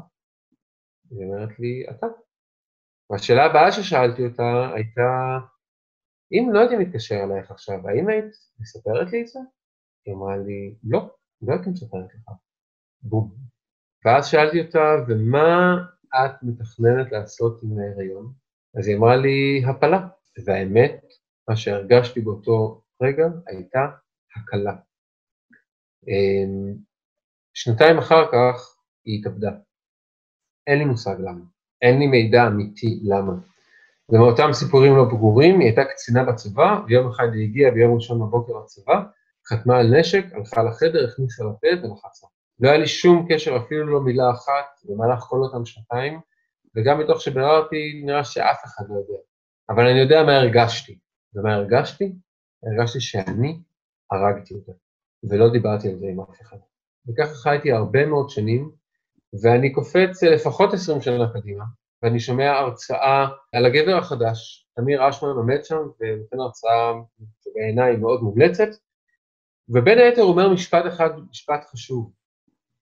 היא אומרת לי, אתה. והשאלה הבאה ששאלתי אותה הייתה, אם לא הייתי מתקשר אלייך עכשיו, האם היית מספרת לי את זה? היא אמרה לי, לא הייתי מספרת לך. בום. ואז שאלתי אותה, ומה את מתכננת לעשות עם ההיריון? אז היא אמרה לי, הפלה. והאמת, מה שהרגשתי באותו רגע הייתה הקלה. 2 אחר כך היא התאבדה. אין לי מושג למה. אין לי מידע אמיתי למה. ומאותם סיפורים לא ברורים, היא הייתה קצינה בצבא, ויום אחד היא הגיעה ביום ראשון בבוקר לצבא, חתמה על נשק, הלכה לחדר, הכניסה לפה ולחצה. לא היה לי שום קשר, אפילו לא מילה אחת, במהלך כל אותם 2, וגם בתוך שביררתי, נראה שאף אחד לא יודע. אבל אני יודע מה הרגשתי. ומה הרגשתי? הרגשתי שאני הרגתי אותה, ולא דיברתי על זה עם אף אחד. וככה חייתי הרבה מאוד שנים, ואני קופץ לפחות 20 שנה קדימה, ואני שומע הרצאה על הגבר החדש, תמיר אשמן עומד שם, ונותן הרצאה שבעיניי מאוד מומלצת, ובין היתר הוא אומר משפט אחד, משפט חשוב.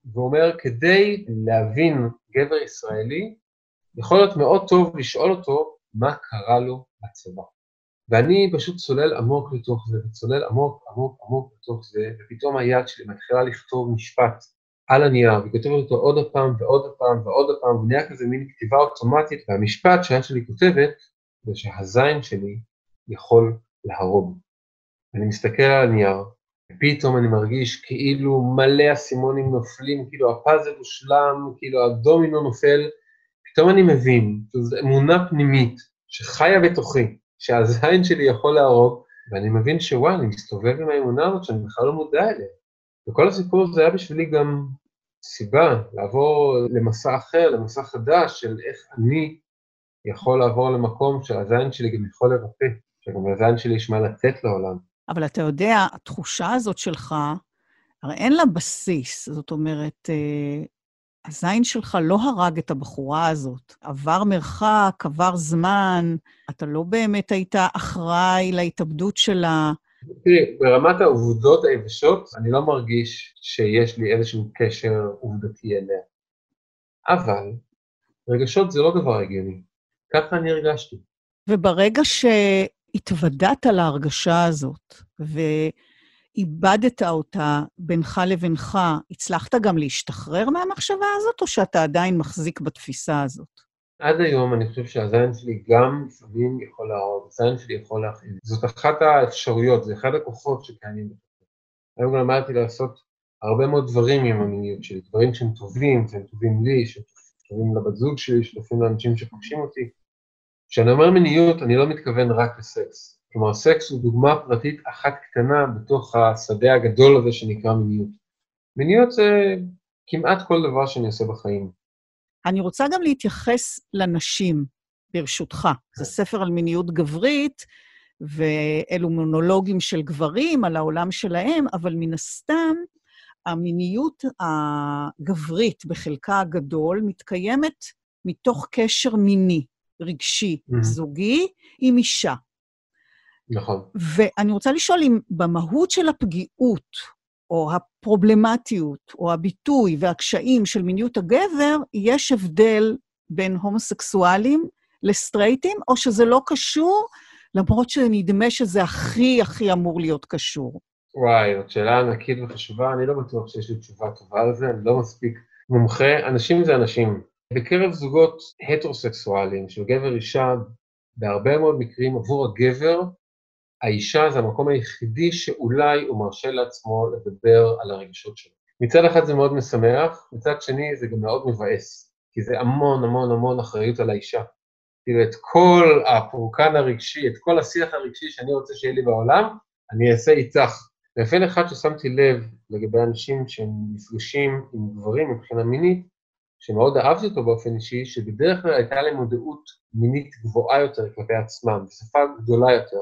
ואומר, כדי להבין גבר ישראלי, יכול להיות מאוד טוב לשאול אותו מה קרה לו בצבא. ואני פשוט צולל עמוק לתוך זה, וצולל עמוק, עמוק, עמוק לתוך זה, ופתאום היד שלי מתחילה לכתוב משפט על הנייר, וכותבת אותו עוד פעם ועוד פעם ועוד פעם, ונהיה כזה מין כתיבה אוטומטית, והמשפט שהיד שלי כותבת, זה שהזין שלי יכול להרוג. אני מסתכל על הנייר, ופתאום אני מרגיש כאילו מלא הסימונים נופלים, כאילו הפאזל הושלם, כאילו הדומינו נופל, פתאום אני מבין, זו אמונה פנימית שחיה בתוכי, שהזין שלי יכול להרוג, ואני מבין שוואי, אני מסתובב עם האמונה הזאת שאני בכלל לא מודע אליה. וכל הסיפור הזה היה בשבילי גם סיבה לעבור למסע אחר, למסע חדש, של איך אני יכול לעבור למקום שהזין שלי גם יכול לרפא, שגם הזין שלי יש מה לתת לעולם. אבל אתה יודע, התחושה הזאת שלך, הרי אין לה בסיס, זאת אומרת, הזין שלך לא הרג את הבחורה הזאת, עבר מרחק, עבר זמן, אתה לא באמת היית אחראי להתאבדות שלה. תראי, ברמת העובדות היבשות, אני לא מרגיש שיש לי איזשהו קשר עובדתי אליה. אבל רגשות זה לא דבר הגיוני. ככה אני הרגשתי. וברגע שהתוודעת להרגשה הזאת, ואיבדת אותה בינך לבינך, הצלחת גם להשתחרר מהמחשבה הזאת, או שאתה עדיין מחזיק בתפיסה הזאת? עד היום אני חושב שהזין שלי גם לפעמים יכול להרוג, הזין שלי יכול להכין. זאת אחת האפשרויות, זה אחד הכוחות שקיימים. היום גם למדתי לעשות הרבה מאוד דברים עם המיניות שלי, דברים שהם טובים, שהם טובים לי, שהם טובים לבת זוג שלי, שטובים לאנשים שפוגשים אותי. כשאני אומר מיניות, אני לא מתכוון רק לסקס. כלומר, סקס הוא דוגמה פרטית אחת קטנה בתוך השדה הגדול הזה שנקרא מיניות. מיניות זה כמעט כל דבר שאני עושה בחיים. אני רוצה גם להתייחס לנשים, ברשותך. זה ספר על מיניות גברית, ואלו מונולוגים של גברים על העולם שלהם, אבל מן הסתם, המיניות הגברית בחלקה הגדול מתקיימת מתוך קשר מיני, רגשי, זוגי, עם אישה. נכון. ואני רוצה לשאול אם במהות של הפגיעות, או הפרובלמטיות, או הביטוי והקשיים של מיניות הגבר, יש הבדל בין הומוסקסואלים לסטרייטים, או שזה לא קשור, למרות שנדמה שזה הכי הכי אמור להיות קשור. וואי, זאת שאלה ענקית וחשובה, אני לא בטוח שיש לי תשובה טובה על זה, אני לא מספיק מומחה, אנשים זה אנשים. בקרב זוגות הטרוסקסואליים, של גבר אישה, בהרבה מאוד מקרים עבור הגבר, האישה זה המקום היחידי שאולי הוא מרשה לעצמו לדבר על הרגשות שלו. מצד אחד זה מאוד משמח, מצד שני זה גם מאוד מבאס, כי זה המון המון המון אחריות על האישה. כאילו את כל הפורקן הרגשי, את כל השיח הרגשי שאני רוצה שיהיה לי בעולם, אני אעשה איתך. ואופן אחד ששמתי לב לגבי אנשים שהם נפגשים עם גברים מבחינה מינית, שמאוד אהבתי אותו באופן אישי, שבדרך כלל הייתה להם מודעות מינית גבוהה יותר כלפי עצמם, בשפה גדולה יותר.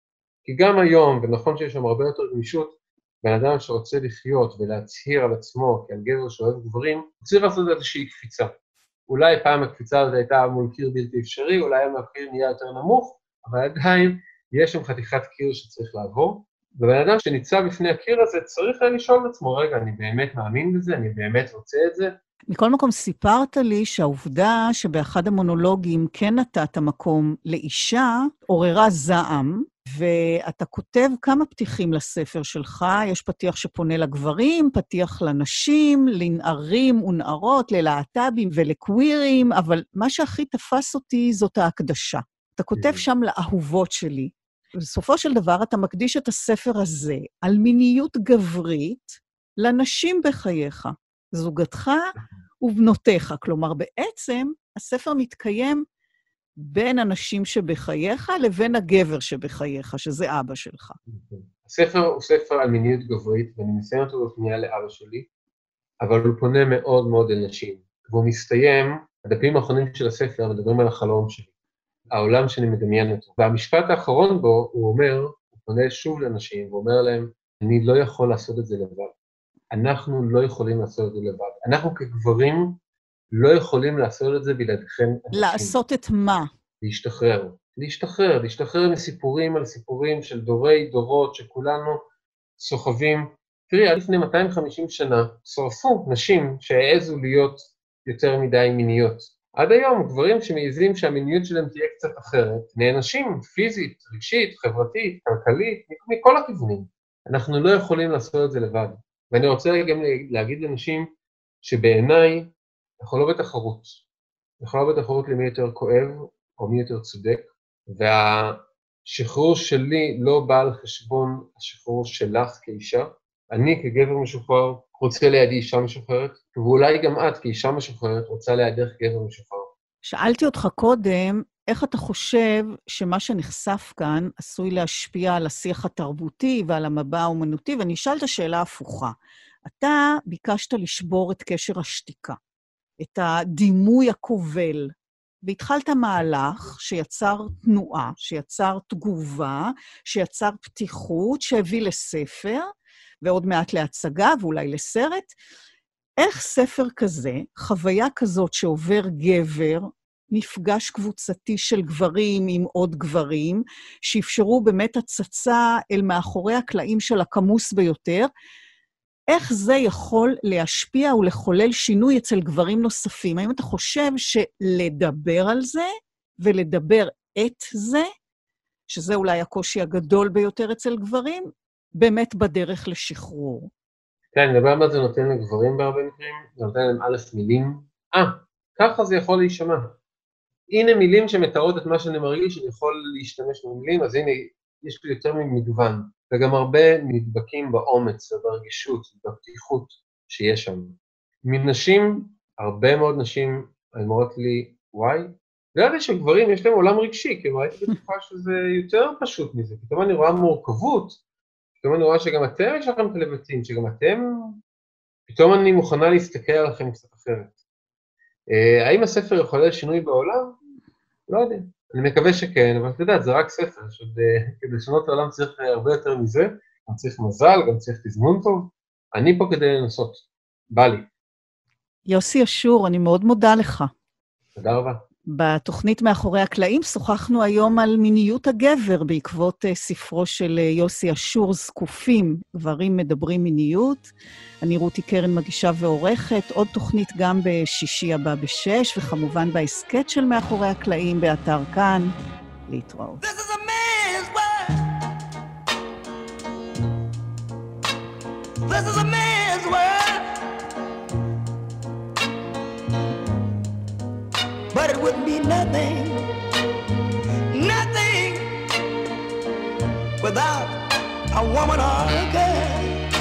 כי גם היום, ונכון שיש שם הרבה יותר גמישות, בן אדם שרוצה לחיות ולהצהיר על עצמו כעל גבר שאוהב גברים, צריך לעשות איזושהי קפיצה. אולי פעם הקפיצה הזאת הייתה מול קיר בלתי אפשרי, אולי היום הקיר נהיה יותר נמוך, אבל עדיין יש שם חתיכת קיר שצריך לעבור, ובן אדם שניצב בפני הקיר הזה צריך לשאול את עצמו, רגע, אני באמת מאמין בזה, אני באמת רוצה את זה. מכל מקום סיפרת לי שהעובדה שבאחד המונולוגים כן נתת מקום לאישה, עוררה זעם, ואתה כותב כמה פתיחים לספר שלך, יש פתיח שפונה לגברים, פתיח לנשים, לנערים ונערות, ללהט"בים ולקווירים, אבל מה שהכי תפס אותי זאת ההקדשה. אתה כותב שם לאהובות שלי, ובסופו של דבר אתה מקדיש את הספר הזה על מיניות גברית לנשים בחייך, זוגתך ובנותיך. כלומר, בעצם הספר מתקיים בין הנשים שבחייך לבין הגבר שבחייך, שזה אבא שלך. הספר הוא ספר על מיניות גברית, ואני מסיים אותו בפנייה לאבא שלי, אבל הוא פונה מאוד מאוד אל נשים. והוא מסתיים, הדפים האחרונים של הספר מדברים על החלום שלי, העולם שאני מדמיין אותו. והמשפט האחרון בו, הוא אומר, הוא פונה שוב לנשים, והוא אומר להם, אני לא יכול לעשות את זה לבד. אנחנו לא יכולים לעשות את זה לבד. אנחנו כגברים לא יכולים לעשות את זה בלעדיכם. לעשות את מה? להשתחרר מסיפורים על סיפורים של דורי דורות שכולנו סוחבים תראי, עד לפני 250 שנה שרפו נשים שהעזו להיות יותר מדי מיניות. עד היום גברים שמעיזים שהמיניות שלהם תהיה קצת אחרת, נענשים פיזית, רגשית, חברתית, כלכלית, מכל הכיוונים. אנחנו לא יכולים לעשות את זה לבד. ואני רוצה גם להגיד לאנשים שבעיניי אנחנו לא בתחרות. אנחנו לא בתחרות למי יותר כואב או מי יותר צודק, והשחרור שלי לא בא על חשבון השחרור שלך כאישה. אני כגבר משוחרר רוצה לידי אישה משוחררת, ואולי גם את כאישה משוחררת רוצה לידך גבר משוחרר. שאלתי אותך קודם, איך אתה חושב שמה שנחשף כאן עשוי להשפיע על השיח התרבותי ועל המבע האומנותי, ואני אשאל את השאלה הפוכה. אתה ביקשת לשבור את קשר השתיקה, את הדימוי הכובל, והתחלת מהלך שיצר תנועה, שיצר תגובה, שיצר פתיחות, שהביא לספר, ועוד מעט להצגה ואולי לסרט. איך ספר כזה, חוויה כזאת שעובר גבר, מפגש קבוצתי של גברים עם עוד גברים, שאפשרו באמת הצצה אל מאחורי הקלעים של הכמוס ביותר, איך זה יכול להשפיע ולחולל שינוי אצל גברים נוספים? האם אתה חושב שלדבר על זה ולדבר את זה, שזה אולי הקושי הגדול ביותר אצל גברים, באמת בדרך לשחרור? כן, לדבר מה זה נותן לגברים בהרבה מקרים, זה נותן להם א' מילים, ככה זה יכול להישמע. הנה מילים שמתארות את מה שאני מרגיש, אני יכול להשתמש במילים, אז הנה, יש לי יותר ממגוון, וגם הרבה נדבקים באומץ וברגישות ובפתיחות שיש שם. מנשים, הרבה מאוד נשים אמרות לי, וואי, לא יודע שגברים יש להם עולם רגשי, כי ראיתי בטוחה שזה יותר פשוט מזה, פתאום אני רואה מורכבות, פתאום אני רואה שגם אתם יש לכם תלבטים, שגם אתם, פתאום אני מוכנה להסתכל עליכם קצת אחרת. האם הספר יכול לשינוי בעולם? לא יודע. אני מקווה שכן, אבל אתה יודע, זה רק ספר, כדי לשנות העולם צריך הרבה יותר מזה, גם צריך מזל, גם צריך תזמון טוב. אני פה כדי לנסות. בא לי. יוסי אשור, אני מאוד מודה לך. תודה רבה. בתוכנית מאחורי הקלעים שוחחנו היום על מיניות הגבר, בעקבות ספרו של יוסי אשור, זקופים, גברים מדברים מיניות. אני רותי קרן מגישה ועורכת, עוד תוכנית גם בשישי הבא ב-6, וכמובן בהסקט של מאחורי הקלעים, באתר כאן. להתראות. This is a man's world. This is a man's world. But it wouldn't be nothing, nothing without a woman or a girl.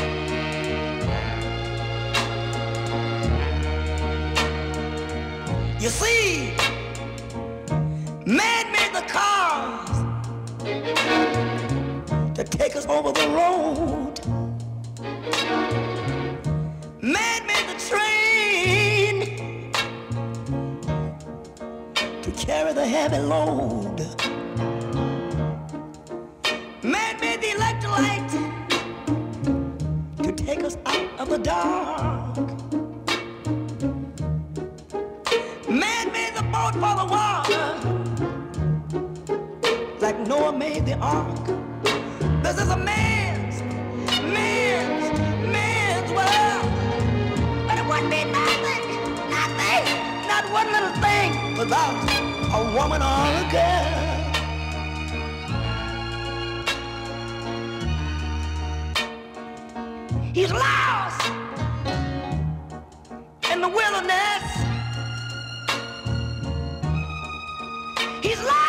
You see, man made the cars to take us over the road. Man made the train to carry the heavy load. Man made the electric light to take us out of the dark. Man made the boat for the water, like Noah made the ark. This is a man's world. But it wouldn't be nothing, not one little thing without a woman or a girl. He's lost in the wilderness. He's lost